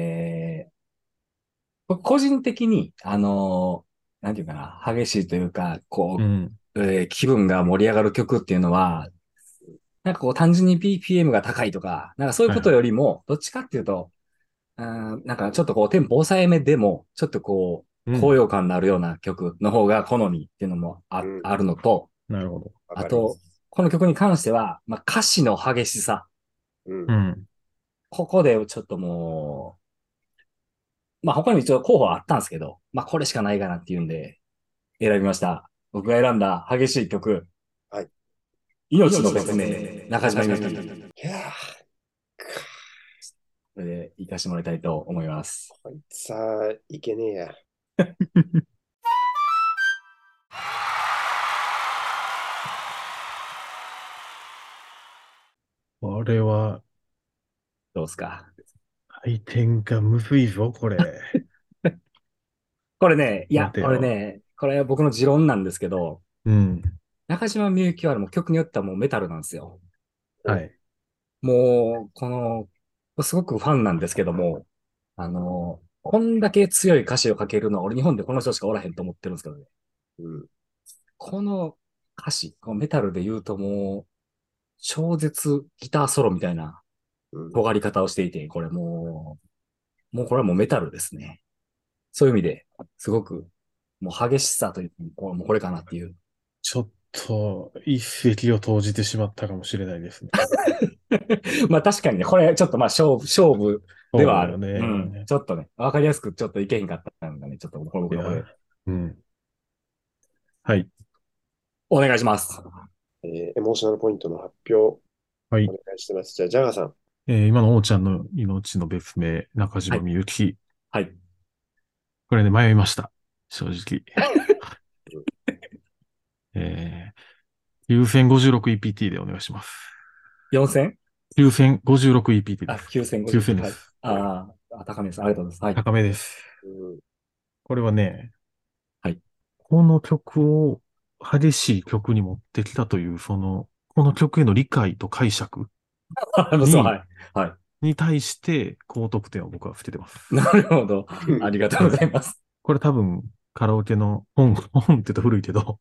僕個人的に、なんていうかな、激しいというか、 うん。 気分が盛り上がる曲っていうのは、なんかこう単純に BPM が高いとか、なんかそういうことはいはい。 よりも、どっちかっていうと、なんかちょっとこうテンポ抑えめでも、ちょっとこう、 うん。 高揚感のあるような曲の方が好みっていうのもうん、 あるのと、 なるほど。 わかりまあと、 す。 この曲に関しては、まあ、歌詞の激しさ。 うん。 うん。 ここでちょっともう、まあ他にも一応候補はあったんですけど、まあこれしかないかなっていうんで選びました。僕が選んだ激しい曲、 はい。 命の別名、中島みゆき。 いやこれで行かしてもらいたいと思います。 こいつはいけねえや。 これは、 どうですか？ 回転がむずいぞ、これ。 これね、いや、 待てよ。 これは僕の持論なんですけど、 うん。 中島みゆきはもう曲によってはもうメタルなんですよ。 はい。 もう、すごくファンなんですけども、こんだけ強い歌詞を書けるのは俺日本でこの人しかおらへんと思ってるんですけどね。 うん。 この歌詞、このメタルで言うともう、超絶ギターソロみたいなうん。 尖り方をしていて、これもうこれはもうメタルですね。そういう意味で、すごく、もう激しさという、もうこれかなっていう。 ちょっと、一石を投じてしまったかもしれないですね。 まあ確かにね、これちょっとまあ勝負ではある。 そうようん。 ね。 ちょっとね、わかりやすくちょっといけへんかったのがね、ちょっとこれ僕のこれ、 いや、うん。はい。 お願いします。 エモーショナルポイントの発表、 はい。 お願いしてます。じゃあ、ジャガーさん。 今の王ちゃんの命の別名、中島はい。 みゆき。 はい。 これね、迷いました。正直。 うん。 9056EPT でお願いします。 4000？ 9056EPT であ、 す。 9050。 9000ではい。 す。 高めです。ありがとうございます。はい。 高めです。 うん。 これはね、 はい。 この曲を激しい曲に持ってきたという、この曲への理解と解釈そう、 に、 はい。はに対して高得点を僕はつけてます。 い。なるほど。ありがとうございます。 これ多分カラオケの本って言うと古いけど、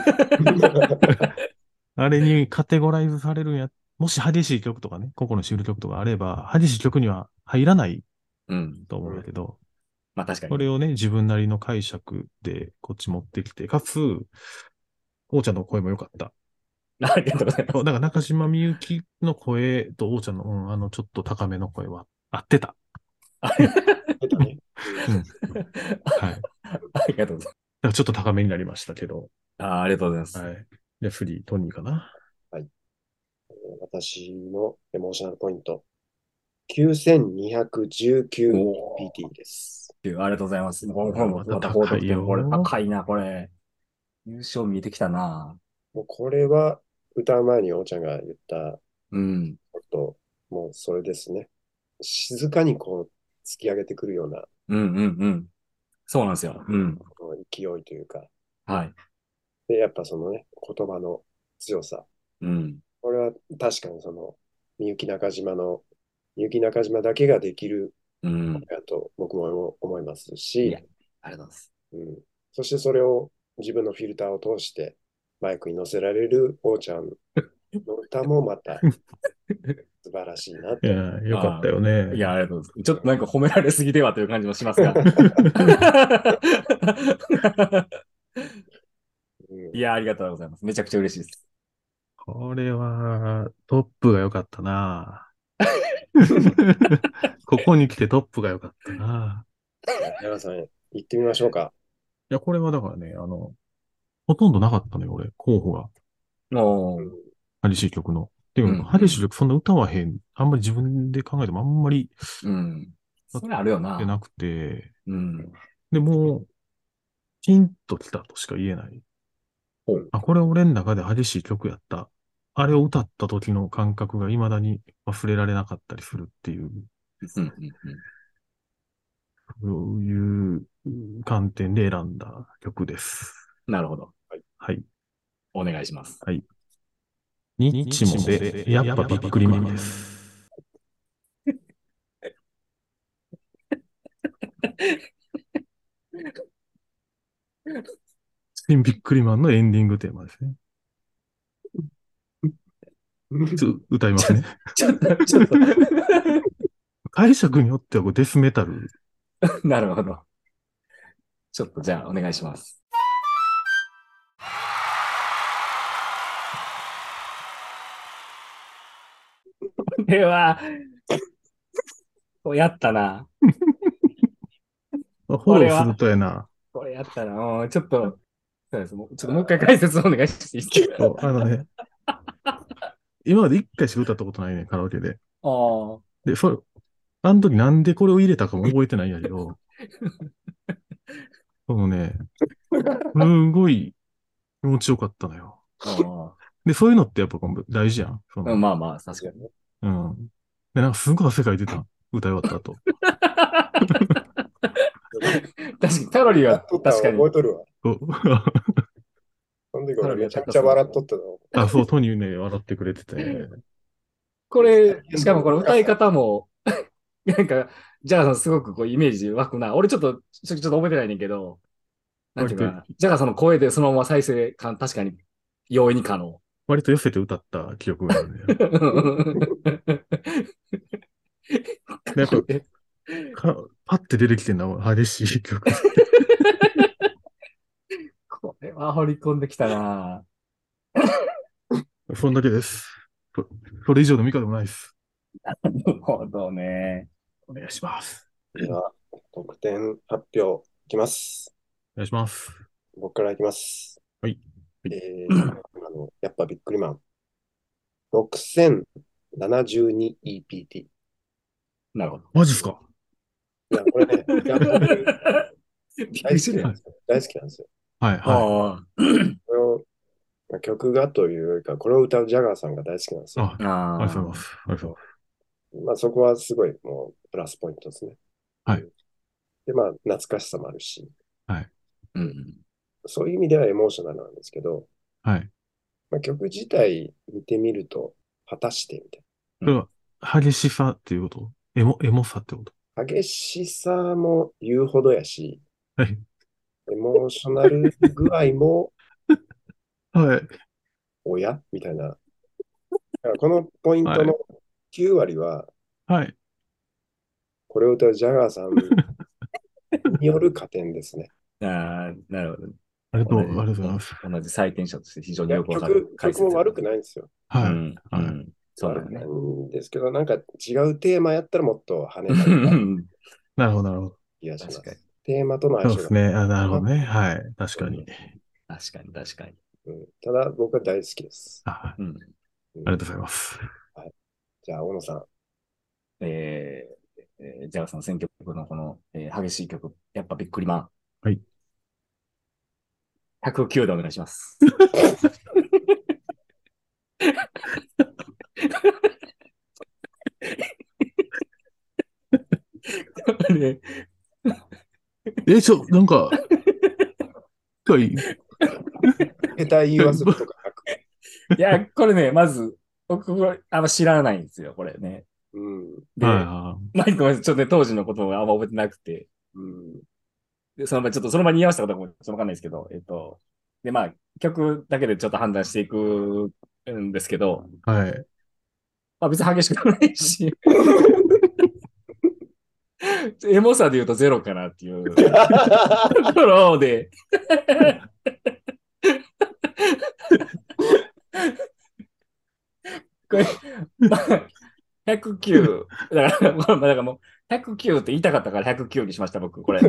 あれにカテゴライズされるんや、もし激しい曲とかね、心に知る曲とかあれば、激しい曲には入らないうん。 と思うんだけど、 まあ確かにね。 これをね、自分なりの解釈でこっち持ってきて、かつ、こうちゃんの声も良かった。 ありがとうございます。 だから中島みゆきの声と王ちゃんの、ちょっと高めの声は合ってた。 出たね。 うん。はい。だかありがとうございます。 らちょっと高めになりましたけど。 ありがとうございます。 はい。で、フリー、トニーかな。 はい。私のエモーショナルポイント、9219pt です。 ありがとうございます。これもまたまた高高い得点、これよ。 高いな、これ。優勝見えてきたな。 もうこれは歌う前におーちゃんが言ったうん。 こと、もうそれですね。静かにこう突き上げてくるようなうんうんうん。そうなんですよ。うん。 この勢いというか、 はい。 で、やっぱそのね、言葉の強さ。 うん。 これは確かにみゆき中島だけができるうん。 だと僕も思いますいや、 し、 ありがとうございます。 うん、そしてそれを自分のフィルターを通してマイクに乗せられるおーちゃんの歌もまた素晴らしいなと。 いや、よかったあよね。 いや、ありがとうございます。ちょっとなんか褒められすぎではという感じもしますが。 うん、 いや、ありがとうございます。めちゃくちゃ嬉しいです。 これは、トップが良かったな。ここに来てトップが良かったな。 皆さん行ってみましょうか。 いや、これはだからね、ほとんどなかったのよ、俺、候補が。 うん、 もう、 激しい曲の。ていうか、 うん、 激しい曲そんな歌わへん。あんまり自分で考えてもあんまりうん。うん。 なっそれあるよな。 てなくて、 うん。 でも、キンときたとしか言えない。 ほう。 あ、これ俺の中で激しい曲やった。あれを歌った時の感覚が未だに忘れられなかったりするっていう、 うん、うん、うん。 そういう観点で選んだ曲です。 なるほど。 はい。 はい。 お願いします。 はい。ニッチもで、やっぱびっくりマンです。新ビックリマンのエンディングテーマですね。歌いますね。 ちょっと解釈によってはこれデスメタル。 なるほど。ちょっとじゃあお願いします。では、やったな。 フォこれは、 ローするとやな。 これやったな。ちょっと、そうです。ちょっともう一回解説をお願いしていいですか？ そう今まで一回しか歌ったことないね、カラオケで。 ああ。 で、あの時なんでこれを入れたかも覚えてないんやけど、そのね、すごい気持ちよかったのよ。 あで、そういうのってやっぱ大事やん。 あ。まあまあ、確かに。 うん。で、なんかすごい汗かいてた。歌い終わった後。 確かに、カロリーはやっとったわ確かに、 覚えとるわ。 そうその時カロ俺めちゃくちゃリーは高そう。 笑っとったの。 あ、そう、トニーね、笑ってくれてて。 これ、しかもこれ歌い方も、なんか、ジャガーさんすごくこうイメージ湧くな。俺ちょっと覚えてないねんけど、なんて割と、 いうかな。ジャガーさんの声でそのまま再生感、確かに容易に可能。 割と寄せて歌った記憶があるね。で、やっぱ、パッて出てきてんのは激しい曲。 これは掘り込んできたな。 そんだけです。それ以上の見方もないです。 なるほどね。 お願いします。 では、得点発表いきます。 お願いします。 僕からいきます。 はい。 やっぱびっくりマン。6072EPT。 なるほど。 マジっすか？ いや、これね、いや、僕びっく大りしてるやん。 好きなんですよ。大好きなんですよ。 はい、はい。 あこれを曲がというよりか、これを歌うジャガーさんが大好きなんですよ。 あ、 あ。 ありがとうございます。ありがとうございまあそこはすごいもうプラスポイントですね。 はい。 で、まあ懐かしさもあるし、 ます。はい。 うん。 そういう意味ではエモーショナルなんですけど、 はい。 まあ、曲自体見てみると、果たしてみたいそれは、激しさっていうことエモさってこと？ な。激しさも言うほどやし、 はい。 エモーショナル具合もはい。 親みたいな。だからこのポイントのはい。 9割は、 はい。 これを歌うジャガーさんによる加点ですね。 ああ、なるほど。 同じ、 ありがとうございます。 同じ採点者として非常いや、 によくわかる解説。 曲も悪くないんですよ。 はい。 うん、うはい。 ん。そうだよね。 悪くないんですけど、なんか違うテーマやったらもっと跳ねたようななるほど、なるほど。 気がしま確かに。 す。テーマとの相性が。 そうですね。あ、なるほどね。はい。確かに。 確かに、確かに。 ただ、僕は大好きです。 あ、はい。 うん。 うんありがとうございます。 はい、じゃあ、大野さん。 えジャガさんの選曲のこの、激しい曲、やっぱびっくりマン。 はい。 109でお願いします。ね、 なんか、一回、 下手言い忘れとかなく。 いや、これね、まず、僕、これあんま知らないんですよ、これね。 うん。 で、 はマイクもちょっとね、当時のこともあんま覚えてなくて、 うん。 で、その場、ちょっとその場に居合わせたこともちょっとわかんないですけど、で、まあ、曲だけでちょっと判断していくんですけど、 いはい。はい。 まあ別に激しくもないし、エモさで言うとゼロかなっていうところで、これ、まあ、109。だから、まあ、だからもう、109って言いたかったから109にしました、僕、これ。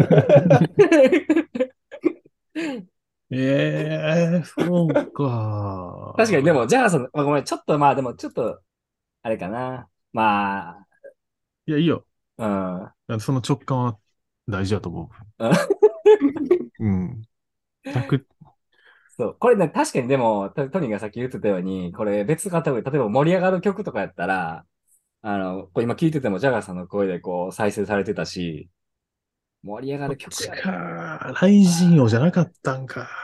そうか。 確かに、でも、ジャガーさん、まあごめん、ちょっと、まあ、でも、ちょっと、あれかな。まいや、いいよ。 あ、 その直感は大事だと思うん。 う。うん。100、 そう。これね、確かにでも、トニーがさっき言ってたように、これ別カテゴリー、例えば盛り上がる曲とかやったら、こう今聞いててもジャガーさんの声でこう再生されてたし、盛り上がる曲やろ。 ライジン王じゃなかったんか。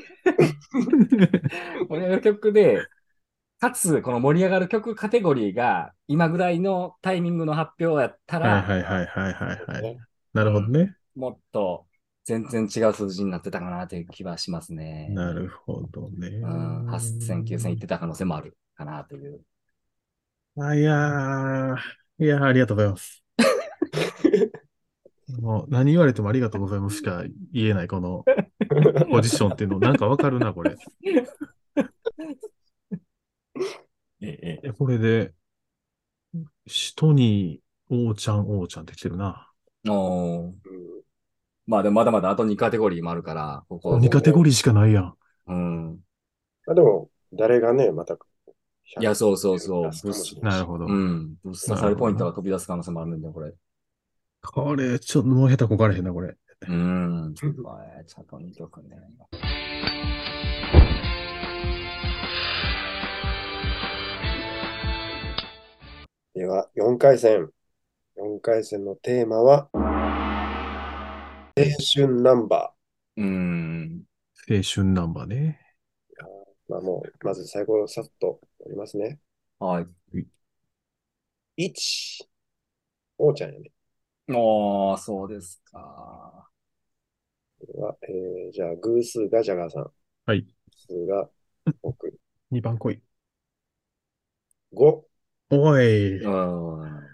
盛り上がる曲で、かつ、この盛り上がる曲カテゴリーが、今ぐらいのタイミングの発表やったはいら、 はいはいはいはいはい。 ね、 なうん、 るほどね。 もっと全然違う数字になってたかなという気はしますね。 なるほどうん、 ね。 8000、9000いってた可能性もあるかなという。 いやー、ありがとうございます。もう何言われてもありがとうございますしか言えないこのポジションっていうのなんかわかるな、これ。これで、トニー、おーちゃんって来てるな。 おー、 うん、 まあでもまだまだあと2カテゴリーもあるから、ここ。 2カテゴリーしかないやん。 うん。 まあでも、誰がね、またいや、そうそう 100 そう。 出すかもしれないし。 なるほど。 うん。ブッ刺さるポイントがなるほどな。 飛び出す可能性もあるんで、これ。 これ、ちょっともう下手こかれへんな、これ。 うん。これ、ちゃんと2曲ね。 では、4回戦。4回戦のテーマは、青春ナンバうん。 青春ナンバーね。 ー。まあもう、まず最後、さっとやりますね。 はい。 1、おーちゃんやね。 おー、そうですか。 では、じゃあ、偶数がジャガーさん。 はい。 数が僕。 2番来い。 5。 おい。 うん。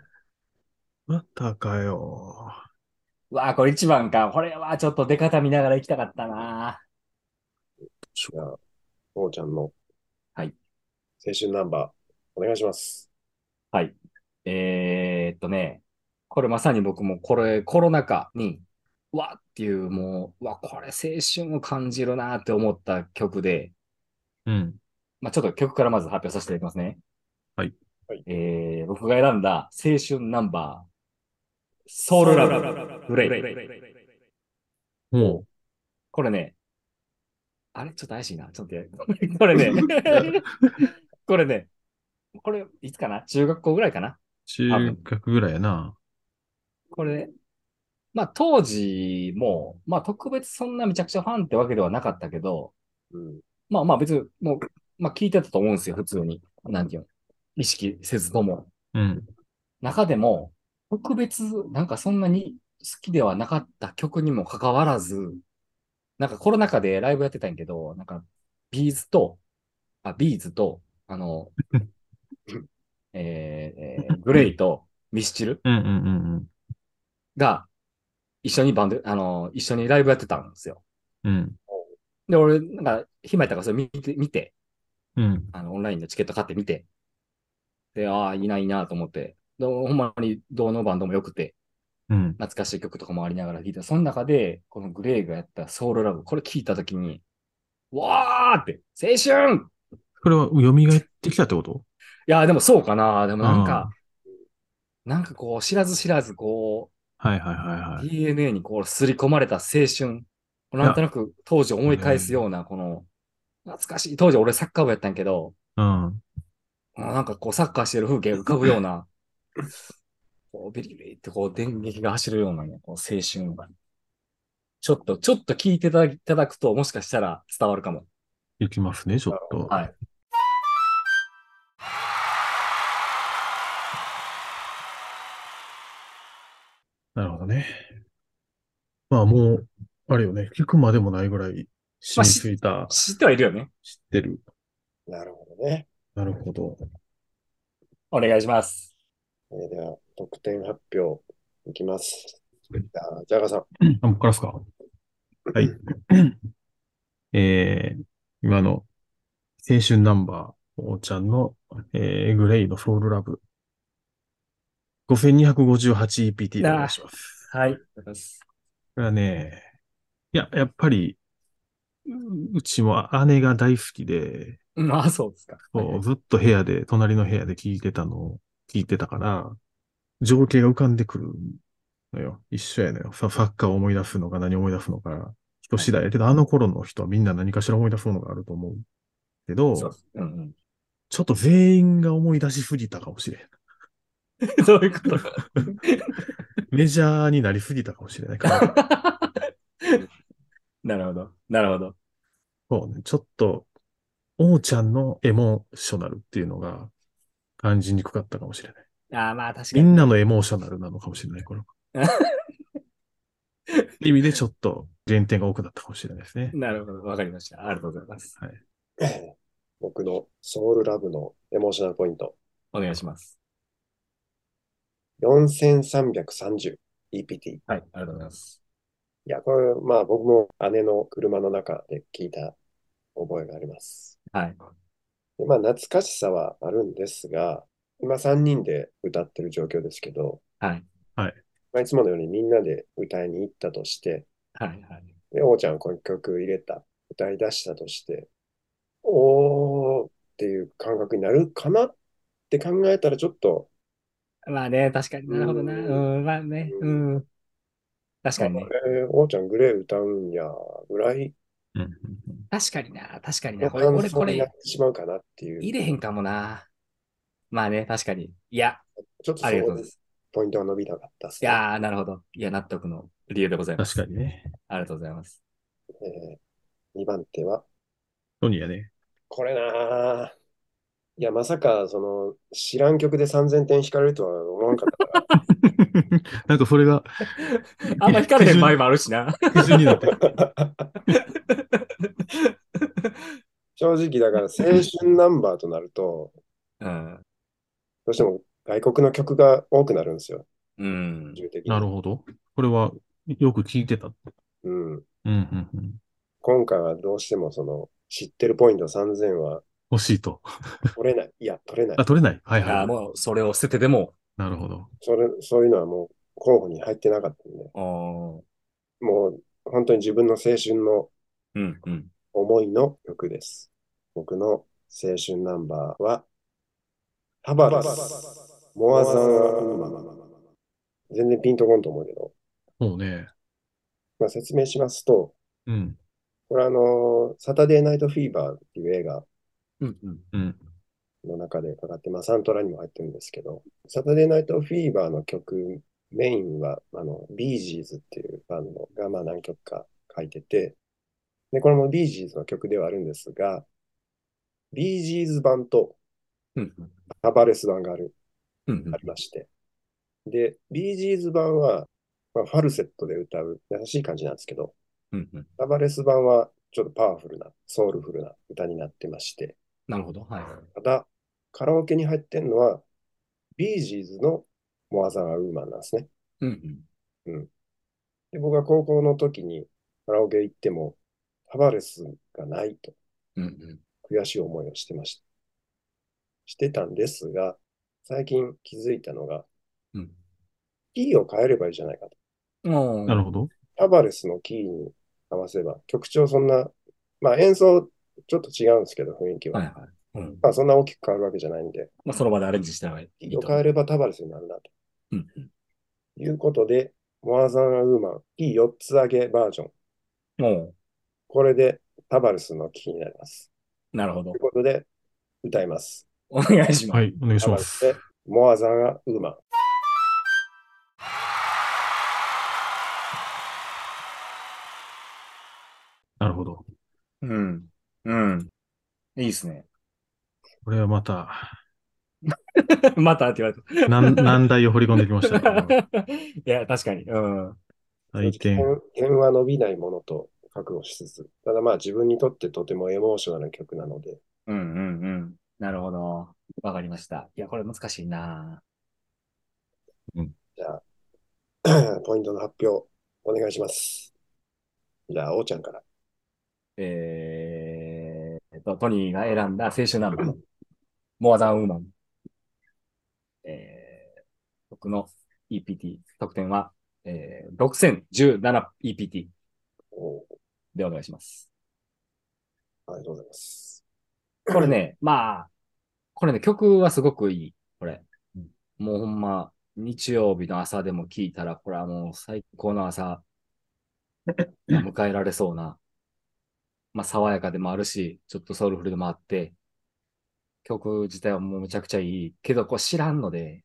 またかよ。 うわあ、これ1番か。これはちょっと出方見ながら行きたかったな。 じゃあ、おーちゃんのはい。 青春ナンバー、お願いします。 はい。これまさに僕もこれコロナ禍に、うわっていうもう、うわ、これ青春を感じるなって思った曲で、 うん。 まあちょっと曲からまず発表させていただきますね。 はい。 はい。 僕が選んだ青春ナンバー、ソウルラブ、グレイ。 もこれね、あれちょっと怪しいな。ちょっと待って、これね、これね、これ、いつかな中学校ぐらいかな多中分。 学ぐらいやな。 これ、まあ当時も、まあ特別そんなめちゃくちゃファンってわけではなかったけど、 うん。 まあまあ別に、もう、まあ聞いてたと思うんですよ、普通に。なんていうの。意識せずとも。 うん。 中でも、特別、なんかそんなに好きではなかった曲にもかかわらず、なんかコロナ禍でライブやってたんやけど、なんか、ビーズと、グレイとミスチルうんうんうんが一緒にバンド、一緒にライブやってたんですよ。 うん。うん。 で、俺、なんか、暇やったからそれ見て、 うん。 オンラインのチケット買って見て、で、ああ、いいな、いいなと思って、でほんまにどのバンドも良くて、 うん。 懐かしい曲とかもありながら聴いた。その中で、このグレイがやったソウルラブ、これ聴いたときに、わーって、青春これは蘇ってきたってこと？ いや、でもそうかな。でもなんあか、なんかこう、知らず知らず、こあ。はいはいはいう、 はい。 DNA にこう、刷り込まれた青春。 いや、 なんとなく当時思い返すね、 ような、この、懐かしい。当時俺サッカー部やったんやけど、 うん。 なんかこう、サッカーしてる風景浮かぶような、こうビリビリってこう、電撃が走るようなね、こう青春が。ちょっと聞いていただくと、もしかしたら伝わるかも。 いきますね、ちょっと。 なるほど。 はい。 なるほどね。まあもう、あれよね。聞くまでもないぐらいまあ、 染みついた、 知ってはいるよね。 知ってる。 なるほどね。 なるほど。 お願いします。 では、得点発表いきます。ジャガさん。 あ、僕からですか？はい。今の青春ナンバー、おーちゃんの、グレイのソウルラブ、5258EPT でお願いします。 はい。 これはね、いや、やっぱり、うちも姉が大好きで、 まあ、そうですか。はいはい。 そうずっと部屋で、隣の部屋で聞いてたのを聞いてたから、情景が浮かんでくるのよ。一緒やのよ。サッカーを思い出すのか何を思い出すのか、人はい、 次第やけど、あの頃の人はみんな何かしら思い出すものがあると思うけど、 そうです。うんうん。 ちょっと全員が思い出しすぎたかもしれん。 どういうこと？ メジャーになりすぎたかもしれないから、 なるほど。なるほど。 そうね、ちょっと、王ちゃんのエモーショナルっていうのが感じにくかったかもしれない。 ああ、まあ確かみんなにね。 のエモーショナルなのかもしれない、これ。意味でちょっと減点が多くなったかもしれないですね。 なるほど。わかりました。ありがとうございます。 はい。 僕のソウルラブのエモーショナルポイント。 お願いします。 4330EPT。 はい。ありがとうございます。 いや、これ、まあ僕も姉の車の中で聞いた覚えがあります。 はい。 でまあ懐かしさはあるんですが、今3人で歌ってる状況ですけど、 はい。 はい。 まあ、いつものようにみんなで歌いに行ったとして、 はい。はい。 で、おーちゃんこの曲入れた、歌い出したとして、おーっていう感覚になるかなって考えたらちょっと、 まあね、確かにうなるほどな。 ーん、 うん、まあね。ううん、 ん。確かあ、 にね。 おーちゃんグレー歌うんや、ぐらいうん。 確かにな。確かにな。 のこれ、 感想になっ俺これてしまうかなっていう、 入れへんかもな。まあね、確かに。いや、 ちょっとそこでありがとうございます。 ポイントが伸びなかったですね。 いやー、なるほど。いや、納得の理由でございま確かす。 にね。 ありがとうございます。 2番手は、 ソニアね。 これなぁ。いや、まさか、知らん曲で3000点引かれるとは思わんかったから。 なんかそれがあんま引かれへん場合もあるしな。 基準になって。 正直、だから青春ナンバーとなると、 うん。 どうしても外国の曲が多くなるんですよ。 うん。 重的に。 なるほど。これはよく聞いてた。 うん。 うん、うん、うん。 今回はどうしても知ってるポイント3000は欲しいと。 取れない。いや、取れない。 あ、取れない。はいはいああ、 はい。 もう、それを捨ててでも、 なるほど。 そういうのはもう候補に入ってなかったんで、 おー、 もう本当に自分の青春のうん、うん。 思いの曲です。僕の青春ナンバーは、タバレス、モアザン・ア・ウーマン。全然ピンとこんと思うけど、 もうね。 まあ、説明しますと、 うん、 これはサタデーナイトフィーバーっていう映画うん、うん。 うん、 の中でかかって、まあ、サントラにも入ってるんですけど、サタデーナイトフィーバーの曲、メインは、ビージーズっていうバンドが、まあ、何曲か書いてて、で、これもビージーズの曲ではあるんですが、ビージーズ版とうん、うん。 タバレス版がうん、 ありまして、で、ビージーズ版は、まあ、ファルセットで歌う優しい感じなんですけど、 うん、うん。 タバレス版はちょっとパワフルな、ソウルフルな歌になってまして、 なるほど。はい。 ただ、カラオケに入ってるのは、ビージーズのモアザン・ア・ウーマンなんですね。 うん、 うん。で、僕が高校の時にカラオケ行っても、 タバレスがないとうんうん。 悔しい思いをしてたんですが、最近気づいたのが、 うん。 キーを変えればいいじゃないかと。 なるほど。 タバレスのキーに合わせば、曲調そんな、まあ演奏ちょっと違うんですけど、雰囲気は。 はいはい。うん。 まあそんな大きく変わるわけじゃないんで、 まあ、その場でアレンジしたらいキーをいと思う。 変えればタバレスになるな、とうんうん。 いうことで、モアザン・ア・ウーマン、キー4つ上げバージョン。 おこれでタバレスのキーになります。 なるほど。 ということで、歌います。 お願いします。 はい、お願いしタバます。 レスで、モアザン・ア・ウーマン。 なるほど。 うん。うん。いいですね。 これはまた、 またって言われ難題を掘り込んできましたね。これはた。いや、確かに。うん。 採点。 点は伸びないものと覚悟しつつ、ただまあ自分にとってとてもエモーショナルな曲なので、 うんうんうん。なるほど。わかりました。いや、これ難しいな。 じゃあ、ポイントの発表、お願いします。じゃあ、おーちゃんから。 トニーが選んだ青春ナンバー、モアザンウーマン。僕の EPT、得点は、6017EPT おでお願いします。 ありがとうございます。 これね、まあ、これね、曲はすごくいい。これ。もうほんま、日曜日の朝でも聴いたら、これはもう最高の朝が迎えられそうな、まあ、爽やかでもあるし、ちょっとソウルフルでもあって、曲自体はもうめちゃくちゃいいけど、こう知らんので。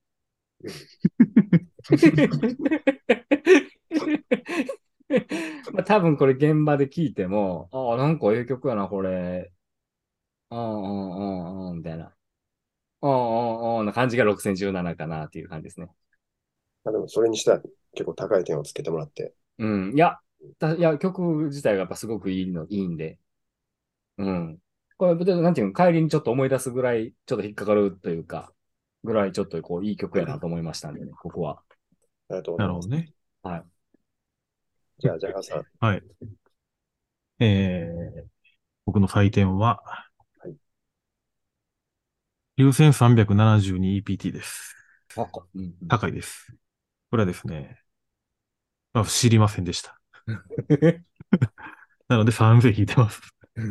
まあ、多分これ現場で聞いても、ああ、なんかええ曲やな、これ。うんうんうんうん、みたいな。うんうんうんな感じが6017かなっていう感じですね。 まあ、でも、それにしては結構高い点をつけてもらって、 うん。いや、曲自体がやっぱすごくいいんで。うん。これ、なんていうの、帰りにちょっと思い出すぐらい、ちょっと引っかかるというか、ぐらいちょっとこう、いい曲やなと思いましたんでね、ここは。 ありがとうございます。 なるほどね。 はい。 じゃあ、ジャガーさん。 はい。僕の採点は、 はい。 9372EPT です。 うんうん。 高いです。これはですね、まあ、知りませんでした。なので3000引いてます。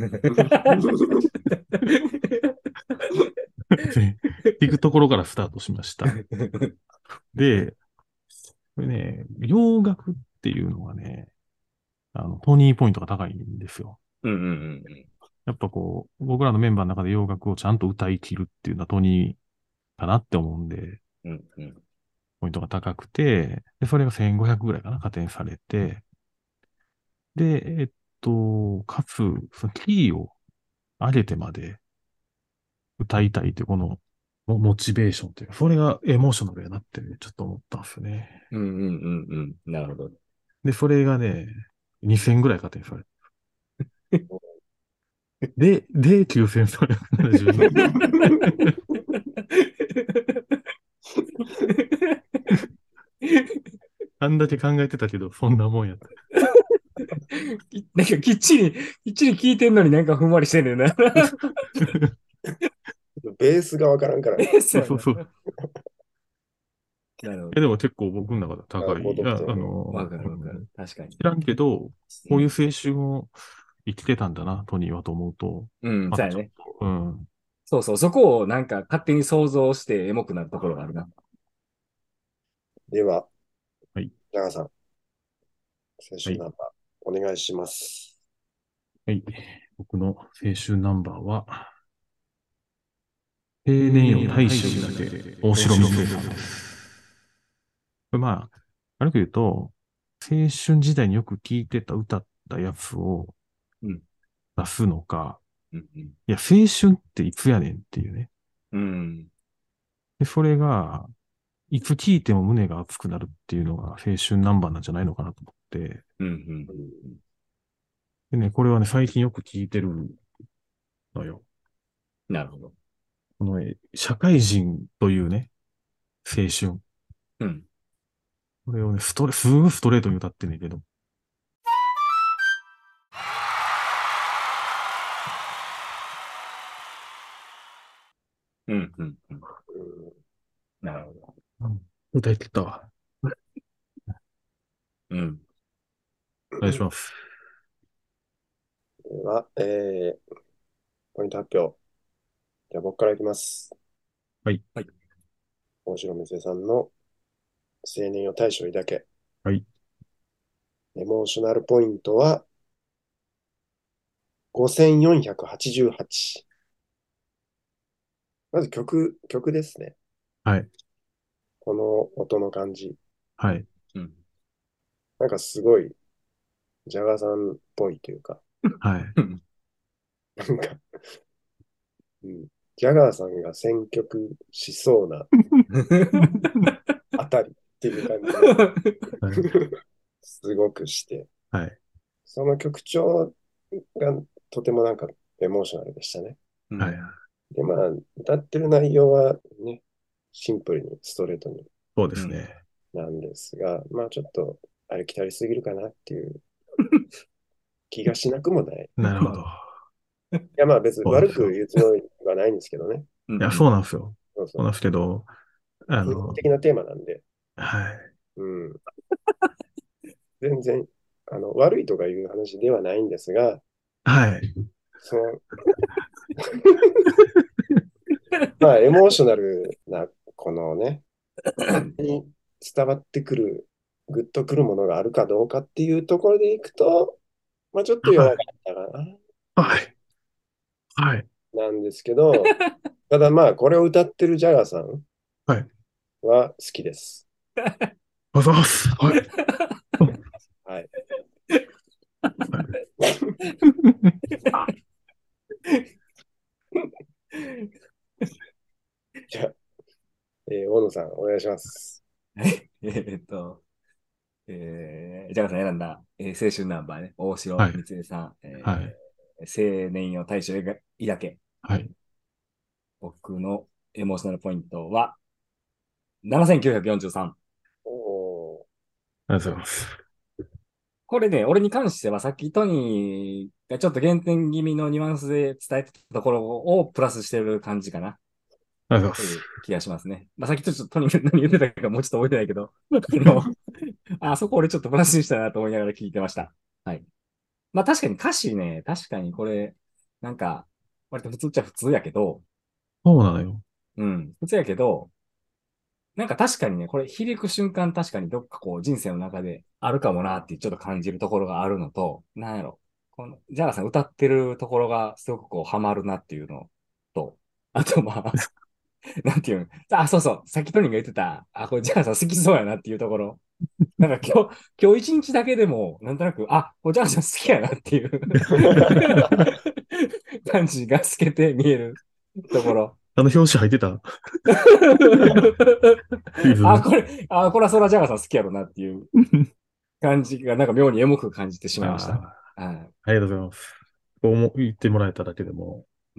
引くところからスタートしました。で、これね、洋楽っていうのはね、トニーポイントが高いんですよ。 うんうんうんやっぱこう、僕らのメンバーの中で洋楽をちゃんと歌い切るっていうのはトニーかなって思うんで、 うんうんポイントが高くて、で、それが1500ぐらいかな、加点されて、で、かつ、そのキーを上げてまで歌いたいというこのモチベーションというか、それがエモーショナルやなってね、ちょっと思ったんですよね。 うんうんうんうん。なるほど。 で、それがね、2000ぐらい加点されて。で、9372。あんだけ考えてたけど、そんなもんやった。 なんかきっちり聞いてんのになんかふんわりしてんねんな。 ベースがわからんから、 そうやな。 そうそうそう。 なるほど。 でも結構僕の中で高い。 高得点わかるわかる。確かに。 知らんけど、こういう青春を生きてたんだな、トニーはと思うと、 うん、そうやね。 ちょっと、うん。 そうそう、そこをなんか勝手に想像してエモくなるところがあるな。 では、 はい。 ジャガーさん、青はい。 春ナンバー、お願いします。 はい。僕の青春ナンバーは、青年よ大衆だけ、大城みつえさんです。これまあ、軽く言うと、青春時代によく聴いてた歌ったやつをうん。 出すのか、 うんうん。 いや、青春っていつやねんっていうね。 うん。 で、それが、いつ聴いても胸が熱くなるっていうのが青春ナンバーなんじゃないのかなと思って。 うん。うんでね、これはね、最近よく聴いてるのよ。 なるほど。 このね、社会人というね、青春。 うん。 これをね、すぐストレートに歌ってんねんけど。 うん、うん、うん。 うん、 なるほど。 歌い切ったわ。 うん。 お願いします。 では、ポイント発表。じゃあ僕からいきます。 はい。 はい。 大城光恵さんの青年よ大将抱け。 はい。 エモーショナルポイントは5488。まず曲ですね。 はい。 この音の感じ。 はい。 うん。 なんかすごい、ジャガーさんっぽいというか、 はい。 うん。 なんか、うん、ジャガーさんが選曲しそうなあたりっていう感じがはい。 すごくして、 はい。 その曲調がとてもなんかエモーショナルでしたね。 はい。 で、まあ、歌ってる内容はね、シンプルにストレートにそうでうん。 すね。 なんですが、まあちょっとありきたりすぎるかなっていう気がしなくもない。 まあ、 なるほど。 いや、まあ別に悪くそうなんですよ。 言うつもりはないんですけどね。 いや、 うん。 そうなんですよ。 そうそう。 そうなんですけど、 普遍的なテーマなんで、 はい。 うん。全然、悪いとかいう話ではないんですが、 はい。 その、まあ、エモーショナルな、このね、勝手に伝わってくる、グッとくるものがあるかどうかっていうところでいくと、まあ、ちょっと弱かはい。 ったかな、 はい。はい。 なんですけど、ただまあ、これを歌ってるジャガーさんはい。 は好きです。 あざます。はい。 はい。 はい。 じゃあ、大野さん、お願いします。 えっと、ジャガさん選んだ、青春ナンバーね、大城はい。 光恵さん、 はい。 青年よ大将抱け。 はい。 僕のエモーショナルポイントは7943。 おー、 ありがとうございます。 これね、俺に関してはさっきトニーがちょっと減点気味のニュアンスで伝えてたところをプラスしてる感じかな。 ありがとうごというざいます。 気がしますね。まあ、さっきちょっとトニーが何言ってたかもうちょっと覚えてないけど、あそこ俺ちょっとプラスにしたなと思いながら聞いてました。はい。まあ確かに歌詞ね、確かにこれ、なんか、割と普通っちゃ普通やけど、 そうなのよ。 うん、普通やけど、なんか確かにね、これ響く瞬間確かにどっかこう人生の中であるかもなってちょっと感じるところがあるのと、なんやろ。この、ジャガーさん歌ってるところがすごくこうハマるなっていうのと、あとまあ、なんていうの、あ、そうそう、さっきトニーが言ってた、あ、これジャガーさん好きそうやなっていうところ。なんか今日一日だけでも、なんとなく、あ、これジャガーさん好きやなっていう感じが透けて見えるところ。 表紙入ってたリズあ、 ム。 これはそらジャガーさん好きやろなっていう感じが、なんか妙にエモく感じてしまいました。 あはい。 あ、ありがとうございます。言ってもらえただけでも。 うん。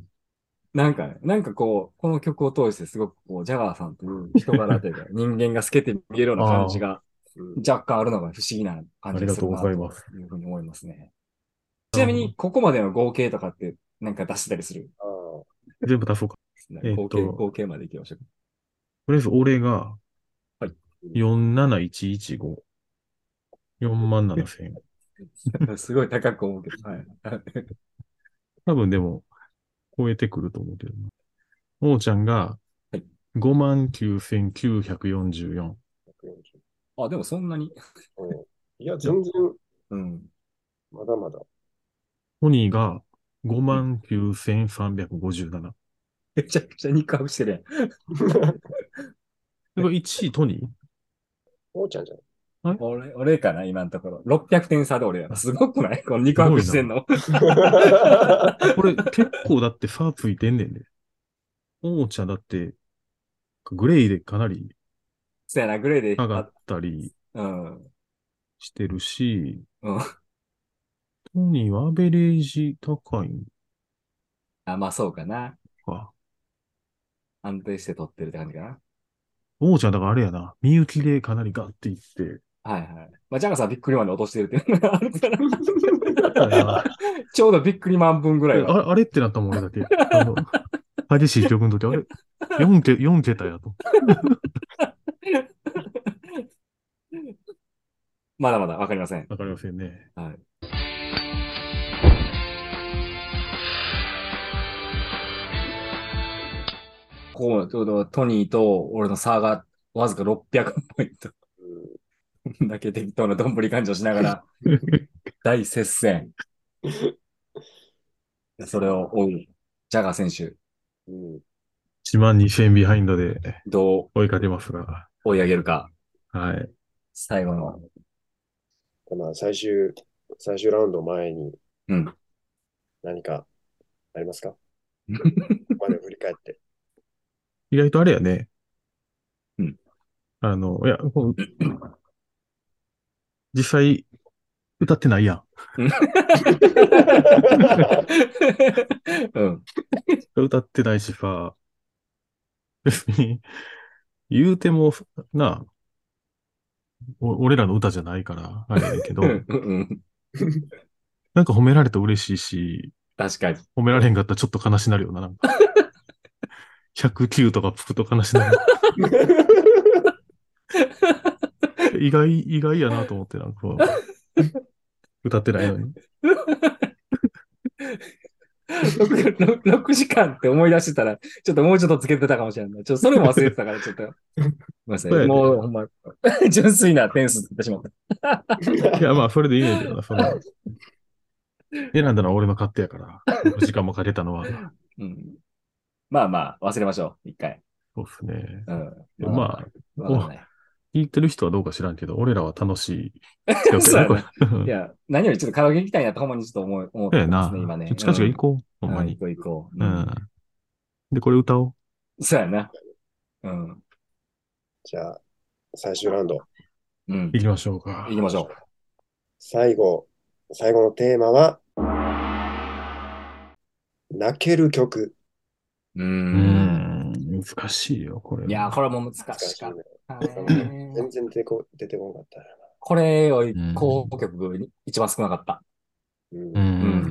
なんかこう、この曲を通してすごくこう、ジャガーさんという人柄というか、人間が透けて見えるような感じあがうん、 若干あるのが不思議な感あ、あじがりがとうごするなとざいます。 いうふうに思いますね。ちなみに、 なるほど。 ここまでの合計とかってなんか出したりする？ あー、 全部出そうか。 合計までいきましょう。 とりあえず俺がはい。 うん、 47115。4万7千円。 すごい高く思うけど、はい。 多分でも超えてくると思うけどな。もーちゃんがはい。 59,944。 140、 あ、でもそんなに。 うん、いや、 いや、 全然、 うん。 まだまだ。 トニーがうん。 59,357。 めちゃくちゃ肉薄してるやん。 これ1位トニおうちゃんじゃない？ ーあれ俺かな、今のところ。600点差で俺やな。 あ、 すごくないこの肉すごいな。 薄してんの。 これ結構だって差ついてんねんで。もーちゃんだってグレイでかなりそうやな、グレーで、 上がったりうん。 してるし、 うん。 トニーはアベレージ高いんあ、まあそうかな。 か。 安定して取ってるって感じかな。 もーちゃんだからあれやな。みゆきでかなりガッていって、 はいはい。まあ、ジャガさんビックリマンで落としてるっていうのがあるから。 だから、 ちょうどビックリマン分ぐらいは。 あれってなったもん俺だけ。 激しい曲の時、あれ ?4 桁やと。 まだまだわかりません。 わかりませんね。 はい。こう、ちょうどトニーと俺の差がわずか600ポイントだけ適当などんぶり勘定しながら大接戦。それを追うジャガー選手、 うん。 1万2000ビハインドでど追いかけますが。 う追い上げるか。 はい。 最後の。 まあ、最終ラウンド前にうん。 何かありますか？ここまで振り返って。 意外とあれやね。 うん。 いや、実際歌ってないやん。 うん。 歌ってないしさ、別に言うてもな、俺らの歌じゃないから、あれやねんけど、 うん。 なんか褒められたら嬉しいし、 確かに。 褒められへんかったらちょっと悲しなるよな、なんか。109とかつくと悲しなる。意外やなと思って、なんか、歌ってないのに。 6時間って思い出してたら、ちょっともうちょっとつけてたかもしれない。それも忘れてたから、ちょっと。ごめんなさい。 そうやで。 もう、ほんま、純粋な点数つってしまった。 いや、まあ、それでいいねんけどな、選んだのは俺の勝手やから、6時間もかけたのは。 うん、まあまあ、忘れましょう。一回。 そうですね。 うん。 まあ、 わからない。 聞いてる人はどうか知らんけど、俺らは楽しい曲そうやな、こやな。いれ。 や、何よりちょっとカラオケ行きたいなとほんまにちょっと思っそうやてますね、今な。 ね。 近々行こう。ほんまに。 行こう行こう。 うん。で、これ歌おう。 そうやな。うん。 じゃあ、最終ラウンド。 うん。 行きましょうか。 行きましょ最後のテーマは、泣ける曲。 う。 難しいよ、これいや、 は。 これも難難しいね。 しかったね。 全然出てこなかったな。 これよりうん。 候補曲に一番少なかった。 うんうん。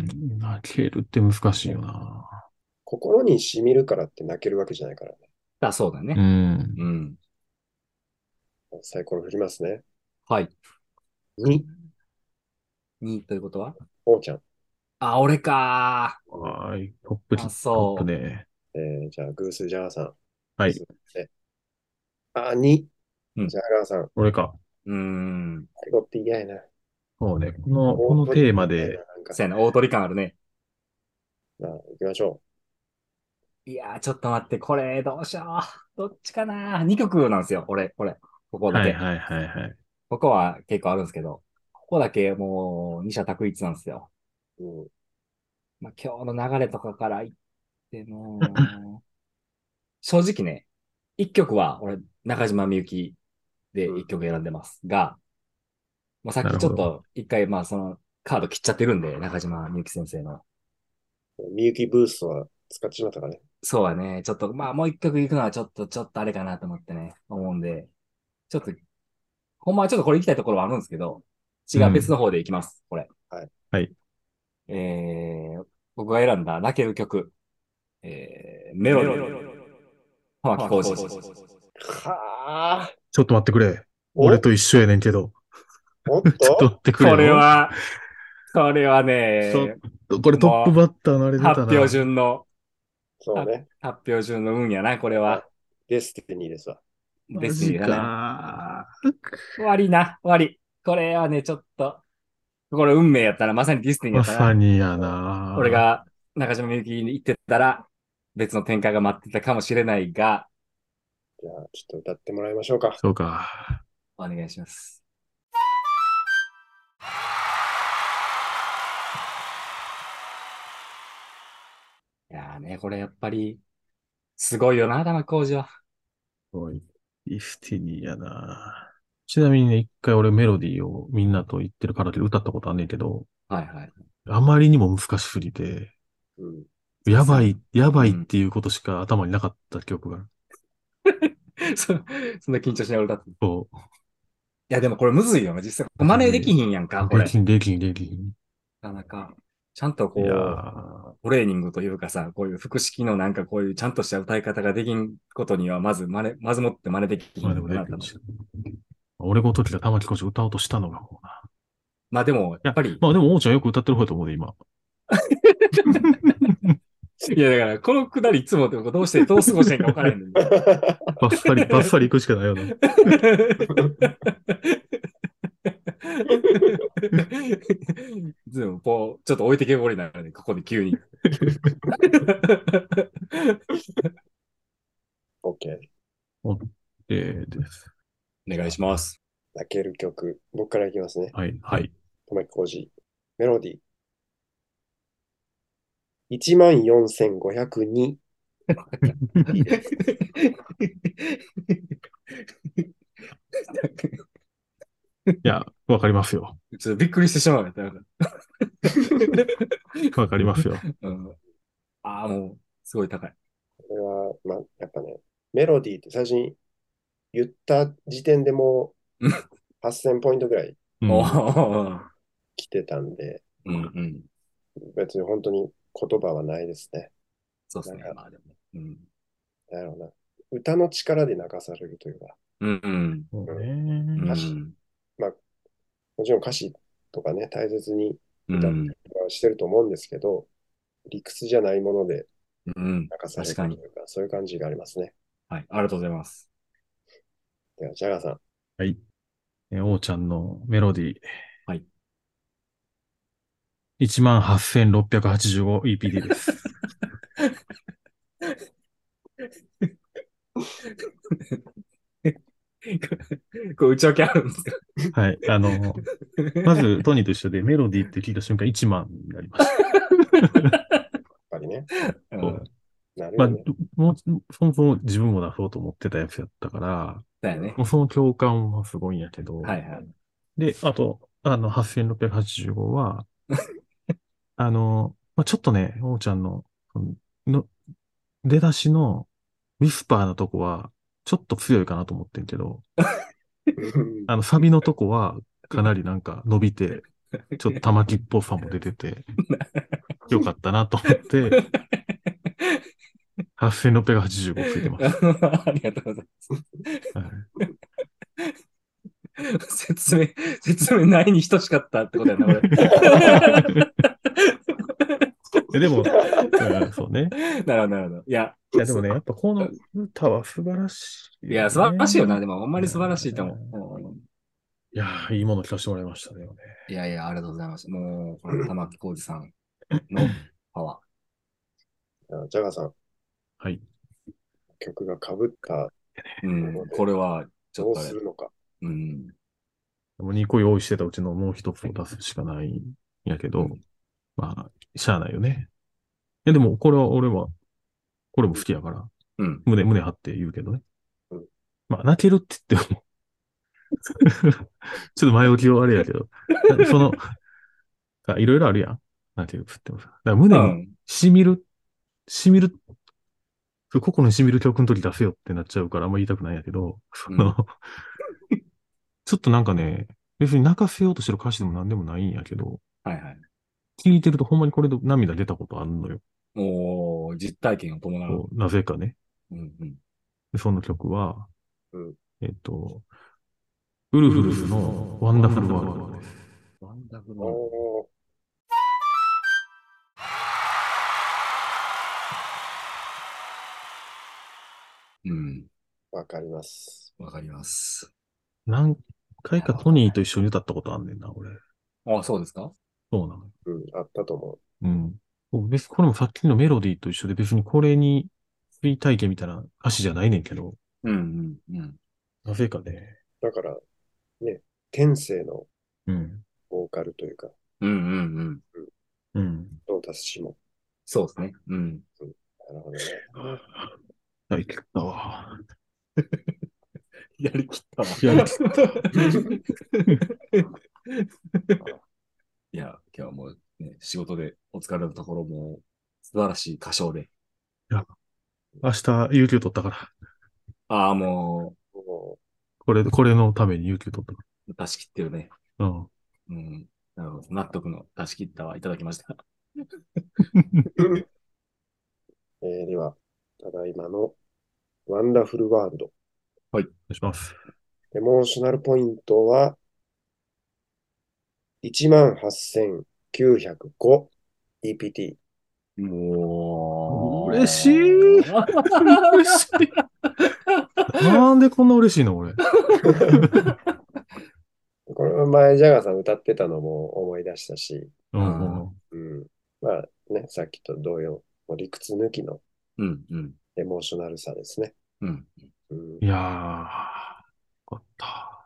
泣けるって難しいよな。 心に染みるからって泣けるわけじゃないからね。 そうだうね。 ん。 うん。 サイコロ振りますね。 はい。 2、 2ということはおうちゃん。 あ、俺かはい。トップそね。 じゃあ、グースジャーさん。 はい。 2、 う。うん。 ジャガーさん。 俺か。 うーん。 最後って嫌やな。 そうね。このテーマで、 なんか。 そうやな、大鳥感あるね。 行きましょいやー、ちょっと待って、これ、どうしよう。どっちかな。2曲なんですよ、俺、これ。ここだけ。 はいはいはいはい。 ここは結構あるんですけど、ここだけもう二者択一なんですよ。 う。うん。 まあ、今日の流れとかから言っても、正直ね、1曲は俺、中島みゆきで1曲選んでますが、まあ、さっなるほど。 きちょっと一回、まあそのカード切っちゃってるんで、中島みゆき先生の。 みゆきブーストは使ってしまったかね。 そうはね、ちょっと、まあもう1曲行くのはちょっとあれかなと思ってね、思うんで、ちょっと、ほんまはちょっとこれ行きたいところはあるんですけど、違う別の方で行きます、これ。 はい。 はい。 僕が選んだ泣ける曲、メロディー、玉置浩二。 はあ。 ちょっと待ってくれ。 お俺と一緒やねんけど。 おっちょっとと待ってくれよ。 これはちょっね、 と、これトップもバッターのあれう、 出たな。 発表順の、 そうね。 発表順の運やな、これは。 デスティニーですわ。 デマジスティニーだね。 か。 終わりな、終わり。これはね、ちょっと、これ運命やったら、まさにディスティニーやまったな。 さにやな。 俺が中島みゆきに行ってたら、別の展開が待ってたかもしれないが、 じゃあ、ちょっと歌ってもらいましょうか。 そうか。 お願いします。いやーね、これやっぱり、すごいよな、玉置浩二は。 すごい。ディスティニーやな。ちなみにね、一回俺メロディーをみんなと言ってるカラオケで歌ったことあんねんけど、 はいはい。 あまりにも難しすぎて、 うん。 やばいうんっていうことしか頭になかった記憶がある。 そそんな緊張しながら歌って。いそや、でもこれむずいよな、実際。 う。 真似できひんやんか、これ。 できん。 なかなか。 ちゃんといやこう、 ー、 トレーニングというかさ、こういう複式のなんかこういうちゃんとした歌い方ができんことには、まずもって真似できひまあでんのかな、多分。 もできるし。俺ごときが玉置浩二歌おうとしたのがもうな。 まあでも、 いや、 やっぱり、 まあでも、王ちゃんよく歌ってる方だと思うで、今。 いやだから、このくだりいつもどうしてどう過ごしてんか分からへんのに。 バッサリ行くしかないよな。 でも、こう、ちょっと置いてけぼりなので、ここで急に。 OK。 です。 お願いします。 泣ける曲。僕からいきますね。 はい、 ははいい。 玉置浩二。メロディー。14,502。 いや、わかりますよ。 ちょっとびっくりしてしまうよ。なんかわかりますよ。 うん、ああ、もう、すごい高い。 これは、まあ、やっぱね、メロディーって最初に言った時点でもう8000ポイントぐらいおうん。 ー来てたんで、 うんうん。 別に本当に言葉はないですね。 そうですね。 なんか、 まあでも。うん。 なんだろうな。歌の力で泣かされるというか、 うんうん。 そううね。 歌詞、 ん。 まあ、もちろん歌詞とかね、大切に歌ったりうん。 はしてると思うんですけど、理屈じゃないものでうん。 泣かされ確かに。 るというか、そういう感じがありますね。 はい。ありがとうございます。 では、ジャガーさん。 はい。王ちゃんのメロディー。 はい。 18,685EPD です。 こう、打ち分けあるんですか？ はい。まず、トニーと一緒でメロディーって聞いた瞬間1万になりました。 やっぱりね、 うん。 そうまあ、 なるよね。 もう、そもそも自分も出そうと思ってたやつやったから、 だよね。 もうその共感はすごいんやけど、 はいはい。 で、あと、8685は、ちょっとね、おうちゃんの、の出だしのウィスパーなとこは、ちょっと強いかなと思ってんけど、サビのとこは、かなりなんか伸びて、ちょっと玉木っぽさも出てて、よかったなと思って、8685ついてます。 ありがとうございはい、 ます。説明ないに等しかったってことやな、俺。 でも、そうね。 なるほど、なるほど。いや、 いや、でもね、やっぱこの歌は素晴らしいよいや、素晴らしいよな。 ね。 でも、ほんまに素晴らしいと思う。うんいやいいもの聞かせてもらいましたね。 いやいや、ありがとうございます。もう、この玉置浩二さんのパワジャガーさん、 はい。 曲が被ったー。うん、 ので、 これは、ちょっどうとあれ。 するのか。 うん、 もう2個用意してたうちのもう一つを出すしかないんやけど、 うん、 まあ、しゃあないよね。でも、俺は、これも好きやから、 うん。 胸張って言うけどね。 うん、 まあ、泣けるって言ってもちょっと前置きはあれやけど、いろいろあるやん。なんていうつってもさ。だから胸にうん。 染みる、心に染みる曲の時出せよってなっちゃうからあんま言いたくないんやけど、 うんちょっとなんかね、別に泣かせようとしてる歌詞でも何でもないんやけど、 はいはい。 聞いてるとほんまにこれで涙出たことあるのよ。 もう、実体験を伴う。 なぜかね。 うんうん。 でその曲は、 うん。 えっと、ウルフルズのワンダフルワールドです。 ワンダフルワールド。 おー、 うん。 わかります。 わかります。 何いや、 回かトニーと一緒に歌ったことあんねんな、俺。 あ、そうですか？ そうなの。 うん、あったと思うん。これもさっきのメロディーと一緒で別にこれに追体験みたいな歌詞じゃないねんけど、 うんうんうん。 なぜかね、 う。だから、ね、天性のうん。 ボーカルというか、 うんうんうん。 うん。 ロータス氏も。 そうですね。うん。 うん、なるほどね。 はい、切ったわ。 やりきったわ。 やりきった。 いや、今日はもうね、仕事でお疲れのところも素晴らしい歌唱で。 いや、明日、有給取ったから。 ああ、ももこれのために有給取ったかう出し切ってるね。 ら。うん。 うん。なるほど。納得の出し切ったはいただきました。 では、ただいまのワンダフルワールド。 お願いします。 エモーショナルポイントは、18,905 EPT。 もう。 嬉しい。嬉しい。なんでこんな嬉しいの俺。 これ前、ジャガーさん歌ってたのも思い出したし、 うんうん。 うん。まあね、さっきと同様、もう理屈抜きのうん、うん、 エモーショナルさですね。 うん。 うん。 いやー、よかった。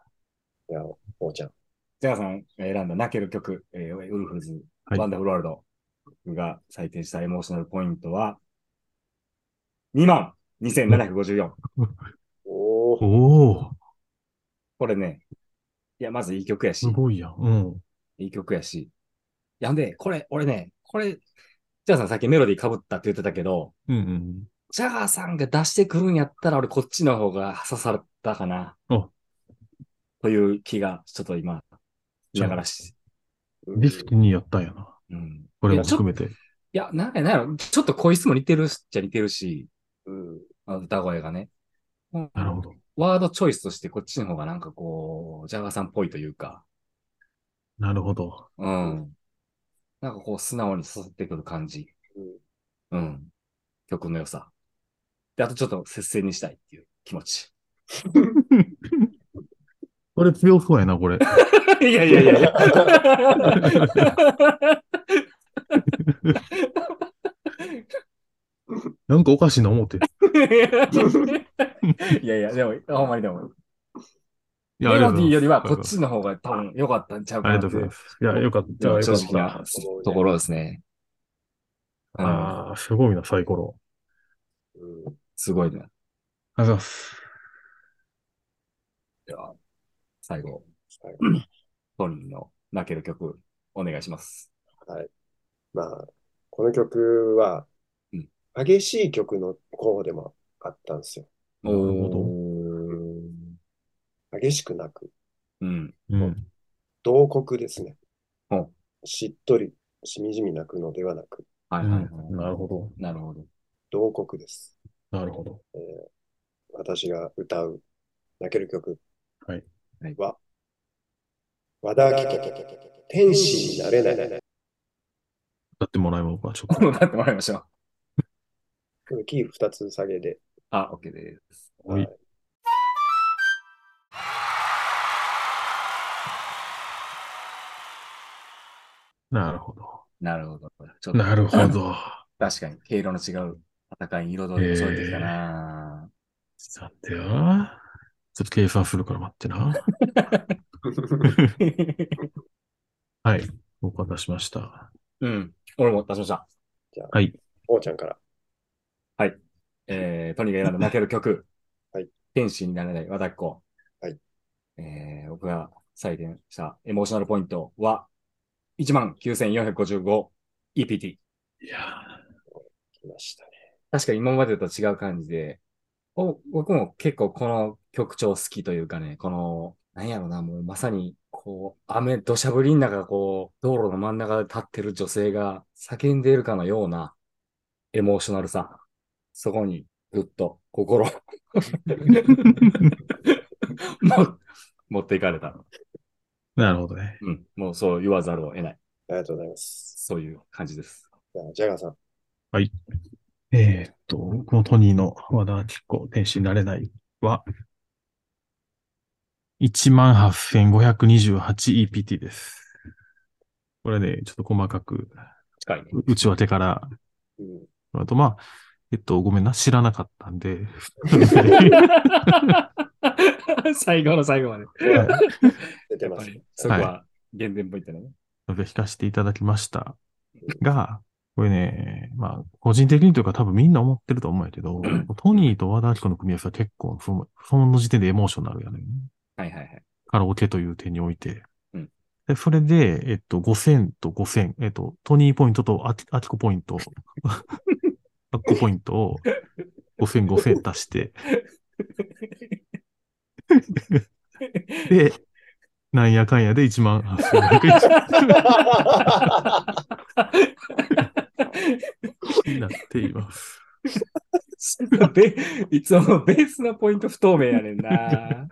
いや、おうちゃん。 ジャガさんが選んだ泣ける曲、ウルフルズ、 はいワンダフルワールドが採点したエモーショナルポイントは、22,754。 おー。 おー、 これね、いや、まずいい曲やすし、 ごいやん。うん。 いい曲やし。いやんで、これ、俺ね、これ、ジャガさんさっきメロディー被ったって言ってたけど、 うんうん。 ジャガーさんが出してくるんやったら俺こっちの方が刺さったかな、 あ、 という気が、ちょっと今、見じゃあ、 ながらし、 ディスティニーやったんやな。 うん。 これいや、 も含めて。 いや、なんやろ、ちょっと声質も似てるっちゃ似てるし、 うん。 歌声がね。 なるほど。 ワードチョイスとしてこっちの方がなんかジャガーさんっぽいというか、 なるほど。 うん。なんか素直に刺さってくる感じ。 うん。 うん。曲の良さ。で、あとちょっと接戦にしたいっていう気持ち。 これ強そうやな、これ。 いやいやいやいや。 なんかおかしいな思って。 いやいや、でも、ほんまにでも、 いや、あメりがとうございます。 ロディーよりはこっちの方が多分良かったんちゃうありかなっていうがとうございます。いや、よかった。 のが正よか直なった。 ところですね。うん。 ああ、すごいな、サイコロ。 うん。 すごいね。 ありがとうございます。 では、最後、 はい。 トニーの泣ける曲、お願いします。 はい。まあ、この曲は、 うん。 激しい曲の候補でもあったんですよ。 なるほど。 激しくなく、 うん。 うん。 慟哭ですね。 お、 しっとり、しみじみ泣くのではなく、 はいはいはい。 なるほど。 なるほど。 慟哭です。 なるほど。 私が歌う泣ける曲はい。 は、和田アキ子、天使になれない。 歌ってもらいましょうか、ちょっ歌ってもらいましょう。 キー2つ下げで。 あ、OK です。 と。はい。なるほど。 なるほど。ちょっと、 なるほど。 確かに、毛色の違う戦いに彩りを添えてきたなさては、ちょっと計算するから待ってな。はい。僕は出しました。 うん。俺も出しました。 じゃあ、 はい。 おうちゃんから。 はい。トニーが選んだ泣ける曲。 はい。 天使になれない和田っ子。 はい。 僕が採点したエモーショナルポイントは、19,455 EPT。 いやー、来ましたね。 確かに今までと違う感じで、僕も結構この曲調好きというかね、なんやろな、もうまさに、土砂降りの中、道路の真ん中で立ってる女性が叫んでいるかのようなエモーショナルさ。そこに、ぐっと心も持っていかれた。 なるほどね。 うん。もうそう言わざるを得ない。 ありがとうございます。 そういう感じです。 じゃあ、ジャガーさん。 はい。このトニーの和田アキ子、天使になれないは、18,528EPT です。これね、ちょっと細かく、 近いね。 内訳から、 うん。 あとまあ、ごめんな、知らなかったんで。 最後の最後まで。 出てます。 そこは原点ポイントね。 弾かせていただきましたが、これね、まあ、個人的にというか多分みんな思ってると思うんやけど、トニーと和田アキ子の組み合わせは結構、その時点でエモーショナルやねん。 はいはいはい。 カラオケという点において。 うん。 で、それで、5000と5000、トニーポイントとアキコポイント、アキコポイントを5000、5000足して、で、なんやかんやで18,501。 になっています。 いつもベースのポイント不透明やねんな。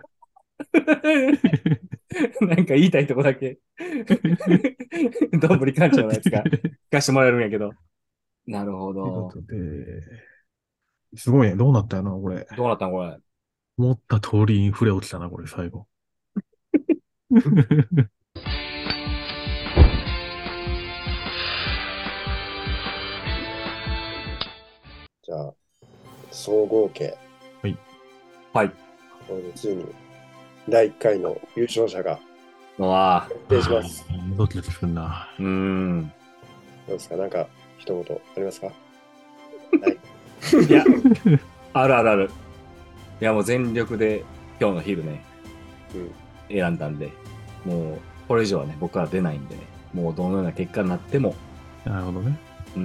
なんか言いたいとこだけ。どんぶり館長のやつが聞かしてもらえるんやけど。なるほど。 ということで、すごいね。どうなったよな、これ。 どうなったんこれ。 思った通りインフレ落ちたな、これ、最後。 じゃあ、総合計。 はい。 これでついに第1回の優勝者がうわ決定します。 ドキドキするな。 どどうですか、なんか一言ありますか？ いや、あるあるある。いや、もう全力で今日の昼ね、選んだんで、もうこれ以上はね、僕は出ないんでね、もうどのような結果になっても、 なるほどね。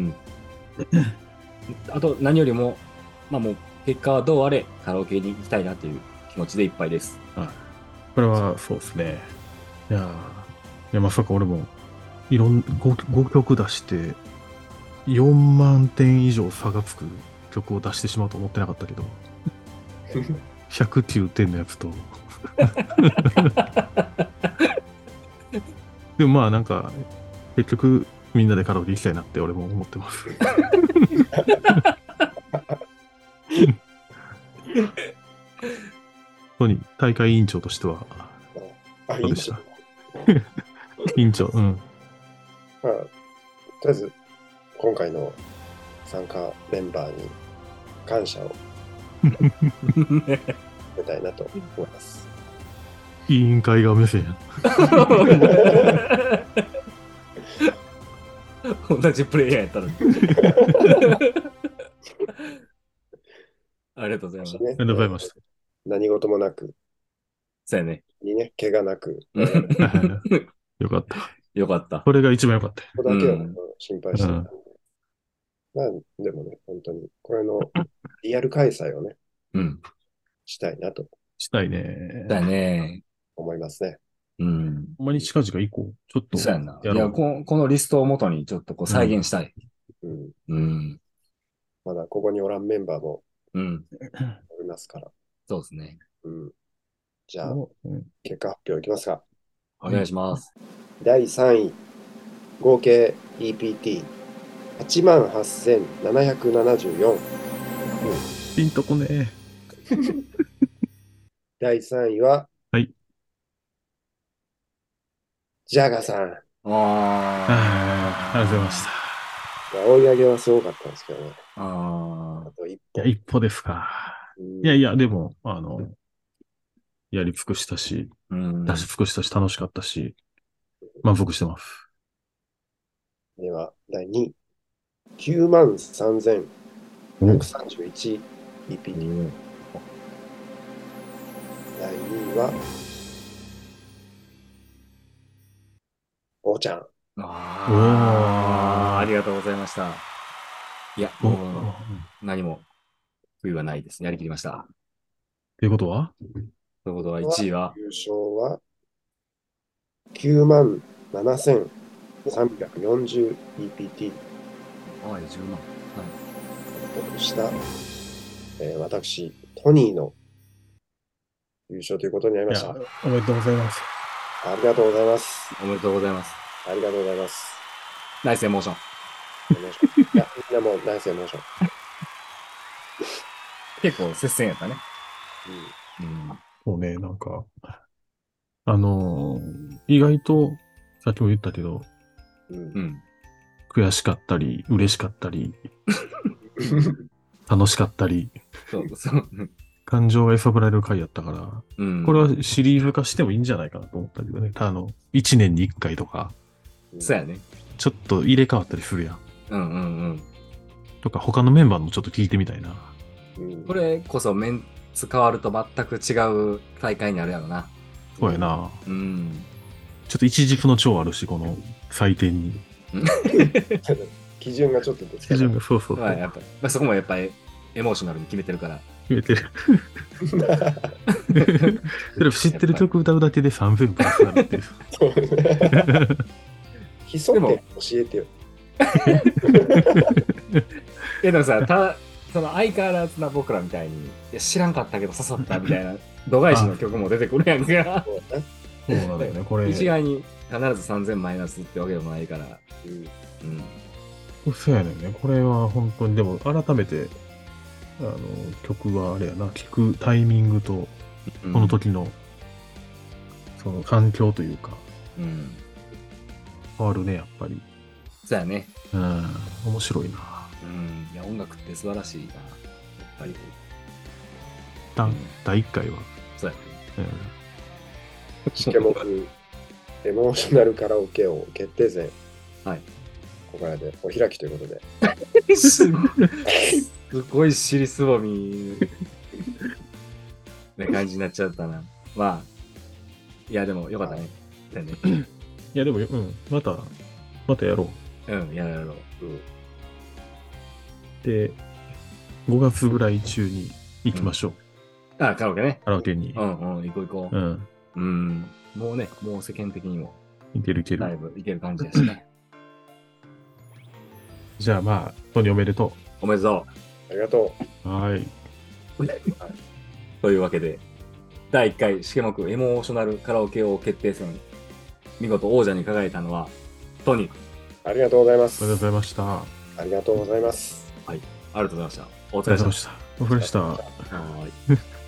あと何よりも、まあもう結果はどうあれカラオケに行きたいなという気持ちでいっぱいです。 これはそうですね。いや、まさか俺も5曲出して4万点以上差がつく曲を出してしまうと思ってなかったけど、109点のやつと。でもまあなんか、結局みんなでカラオケ行きたいなって俺も思ってます。本当に大会委員長としてはどうでした？委員長、 まあ、とりあえず今回の参加メンバーに感謝を伝えたいなと思います。 委員会が目線や。 同じプレイヤーやったのに。ありがとうございます。 ありがとうございました。 何事もなく、 そうやね。 怪我なく。 よかった。 よかった。 これが一番よかった。 ここだけは心配してたんで。まあ、でもね、本当に、これのリアル開催をね、したいなと。 したいね。 だね。 思いますね。 ほんまに近々行こう。ちょっと。 そうやな。いや、このリストをもとにちょっとこう再現したい。 まだここにおらんメンバーもおりますから。 そうですね。 じゃあ、結果発表いきますか。 お願いします。 第3位、合計 EPT88,774。 ピンとこね。 第3位は、ジャガさん。 ありがとうございました。 追い上げはすごかったんですけどね。 あと一歩。一歩ですか。いや、でも、やり尽くしたし、出し尽くしたし、楽しかったし、満足してます。 では、第2位。93,131 EPT。第2位は、おーちゃん。 ありがとうございました。いや、もう、何も悔いはないです。やりきりました。 ということはということは、1位は優勝は、97,340 EPT。 10万。 した、私、トニーの優勝ということになりました。 おめでとうございます。 ありがとうございます。 おめでとうございます。 ありがとうございます。 ナイスエモーション。 いや、みんなもうナイスエモーション。 結構接戦やったね。 そうね、なんか、意外と、さっきも言ったけど、悔しかったり、嬉しかったり、楽しかったり、感情が揺さぶられる回やったから、これはシリーズ化してもいいんじゃないかなと思ったけどね。1年に1回とか。 そうやね。 ちょっと入れ替わったりするやん。とか、他のメンバーもちょっと聞いてみたいな。 これこそメンツ変わると全く違う大会になるやろな。 そうやな。ちょっと一軸の長あるし、この採点に。 基準がちょっと基準が、そう。 やっぱそこもやっぱりエモーショナルに決めてるから。 決めてる。それ知ってる曲歌うだけで3000プラスなるっていう。 基礎点教えてよ。 でもさ、その相変わらずな僕らみたいに、いや知らんかったけど刺さったみたいな、度外視の曲も出てくるやんか。 そうね。 そうなんだよね、これ。 一概に必ず3000マイナスってわけでもないから。 うんそうやねんね。これは本当に、でも改めて、曲はあれやな、聴くタイミングと、 うん、 この時の、その環境というか、 うん。 変わるね、やっぱり。 そうやね。 うん、面白いな。 うん。いや、音楽って素晴らしいな。やっぱり。 第1回は。 そうやね。 うんシケモクエモーショナルカラオケ王決定戦。 はい。 ここらでお開きということで。 すごい尻すぼみな感じになっちゃったな。まあ、いや、でもよかったね。全然いや、でも、またやろうん、やろう。 うん。 う。で、5月ぐらい中に行きましょう。 あ、カラオケね。 カラオケに。 うん、行こう行こう。 うん。 うん。もうね、もう世間的にもいけるいける。 だいぶいける感じだしね。 じゃあまあ、本当におめでとおめでとありがとう。はい。 う。というわけで、第1回シケモクエモーショナルカラオケ王決定戦、見事王者に輝いたのは、トニー。 う。ありがとうございます。 ありがとうございました。 ありがとうございます。 はい。ありがとうございました。おお疲れ様でした。 お疲れ様でした。 はーい。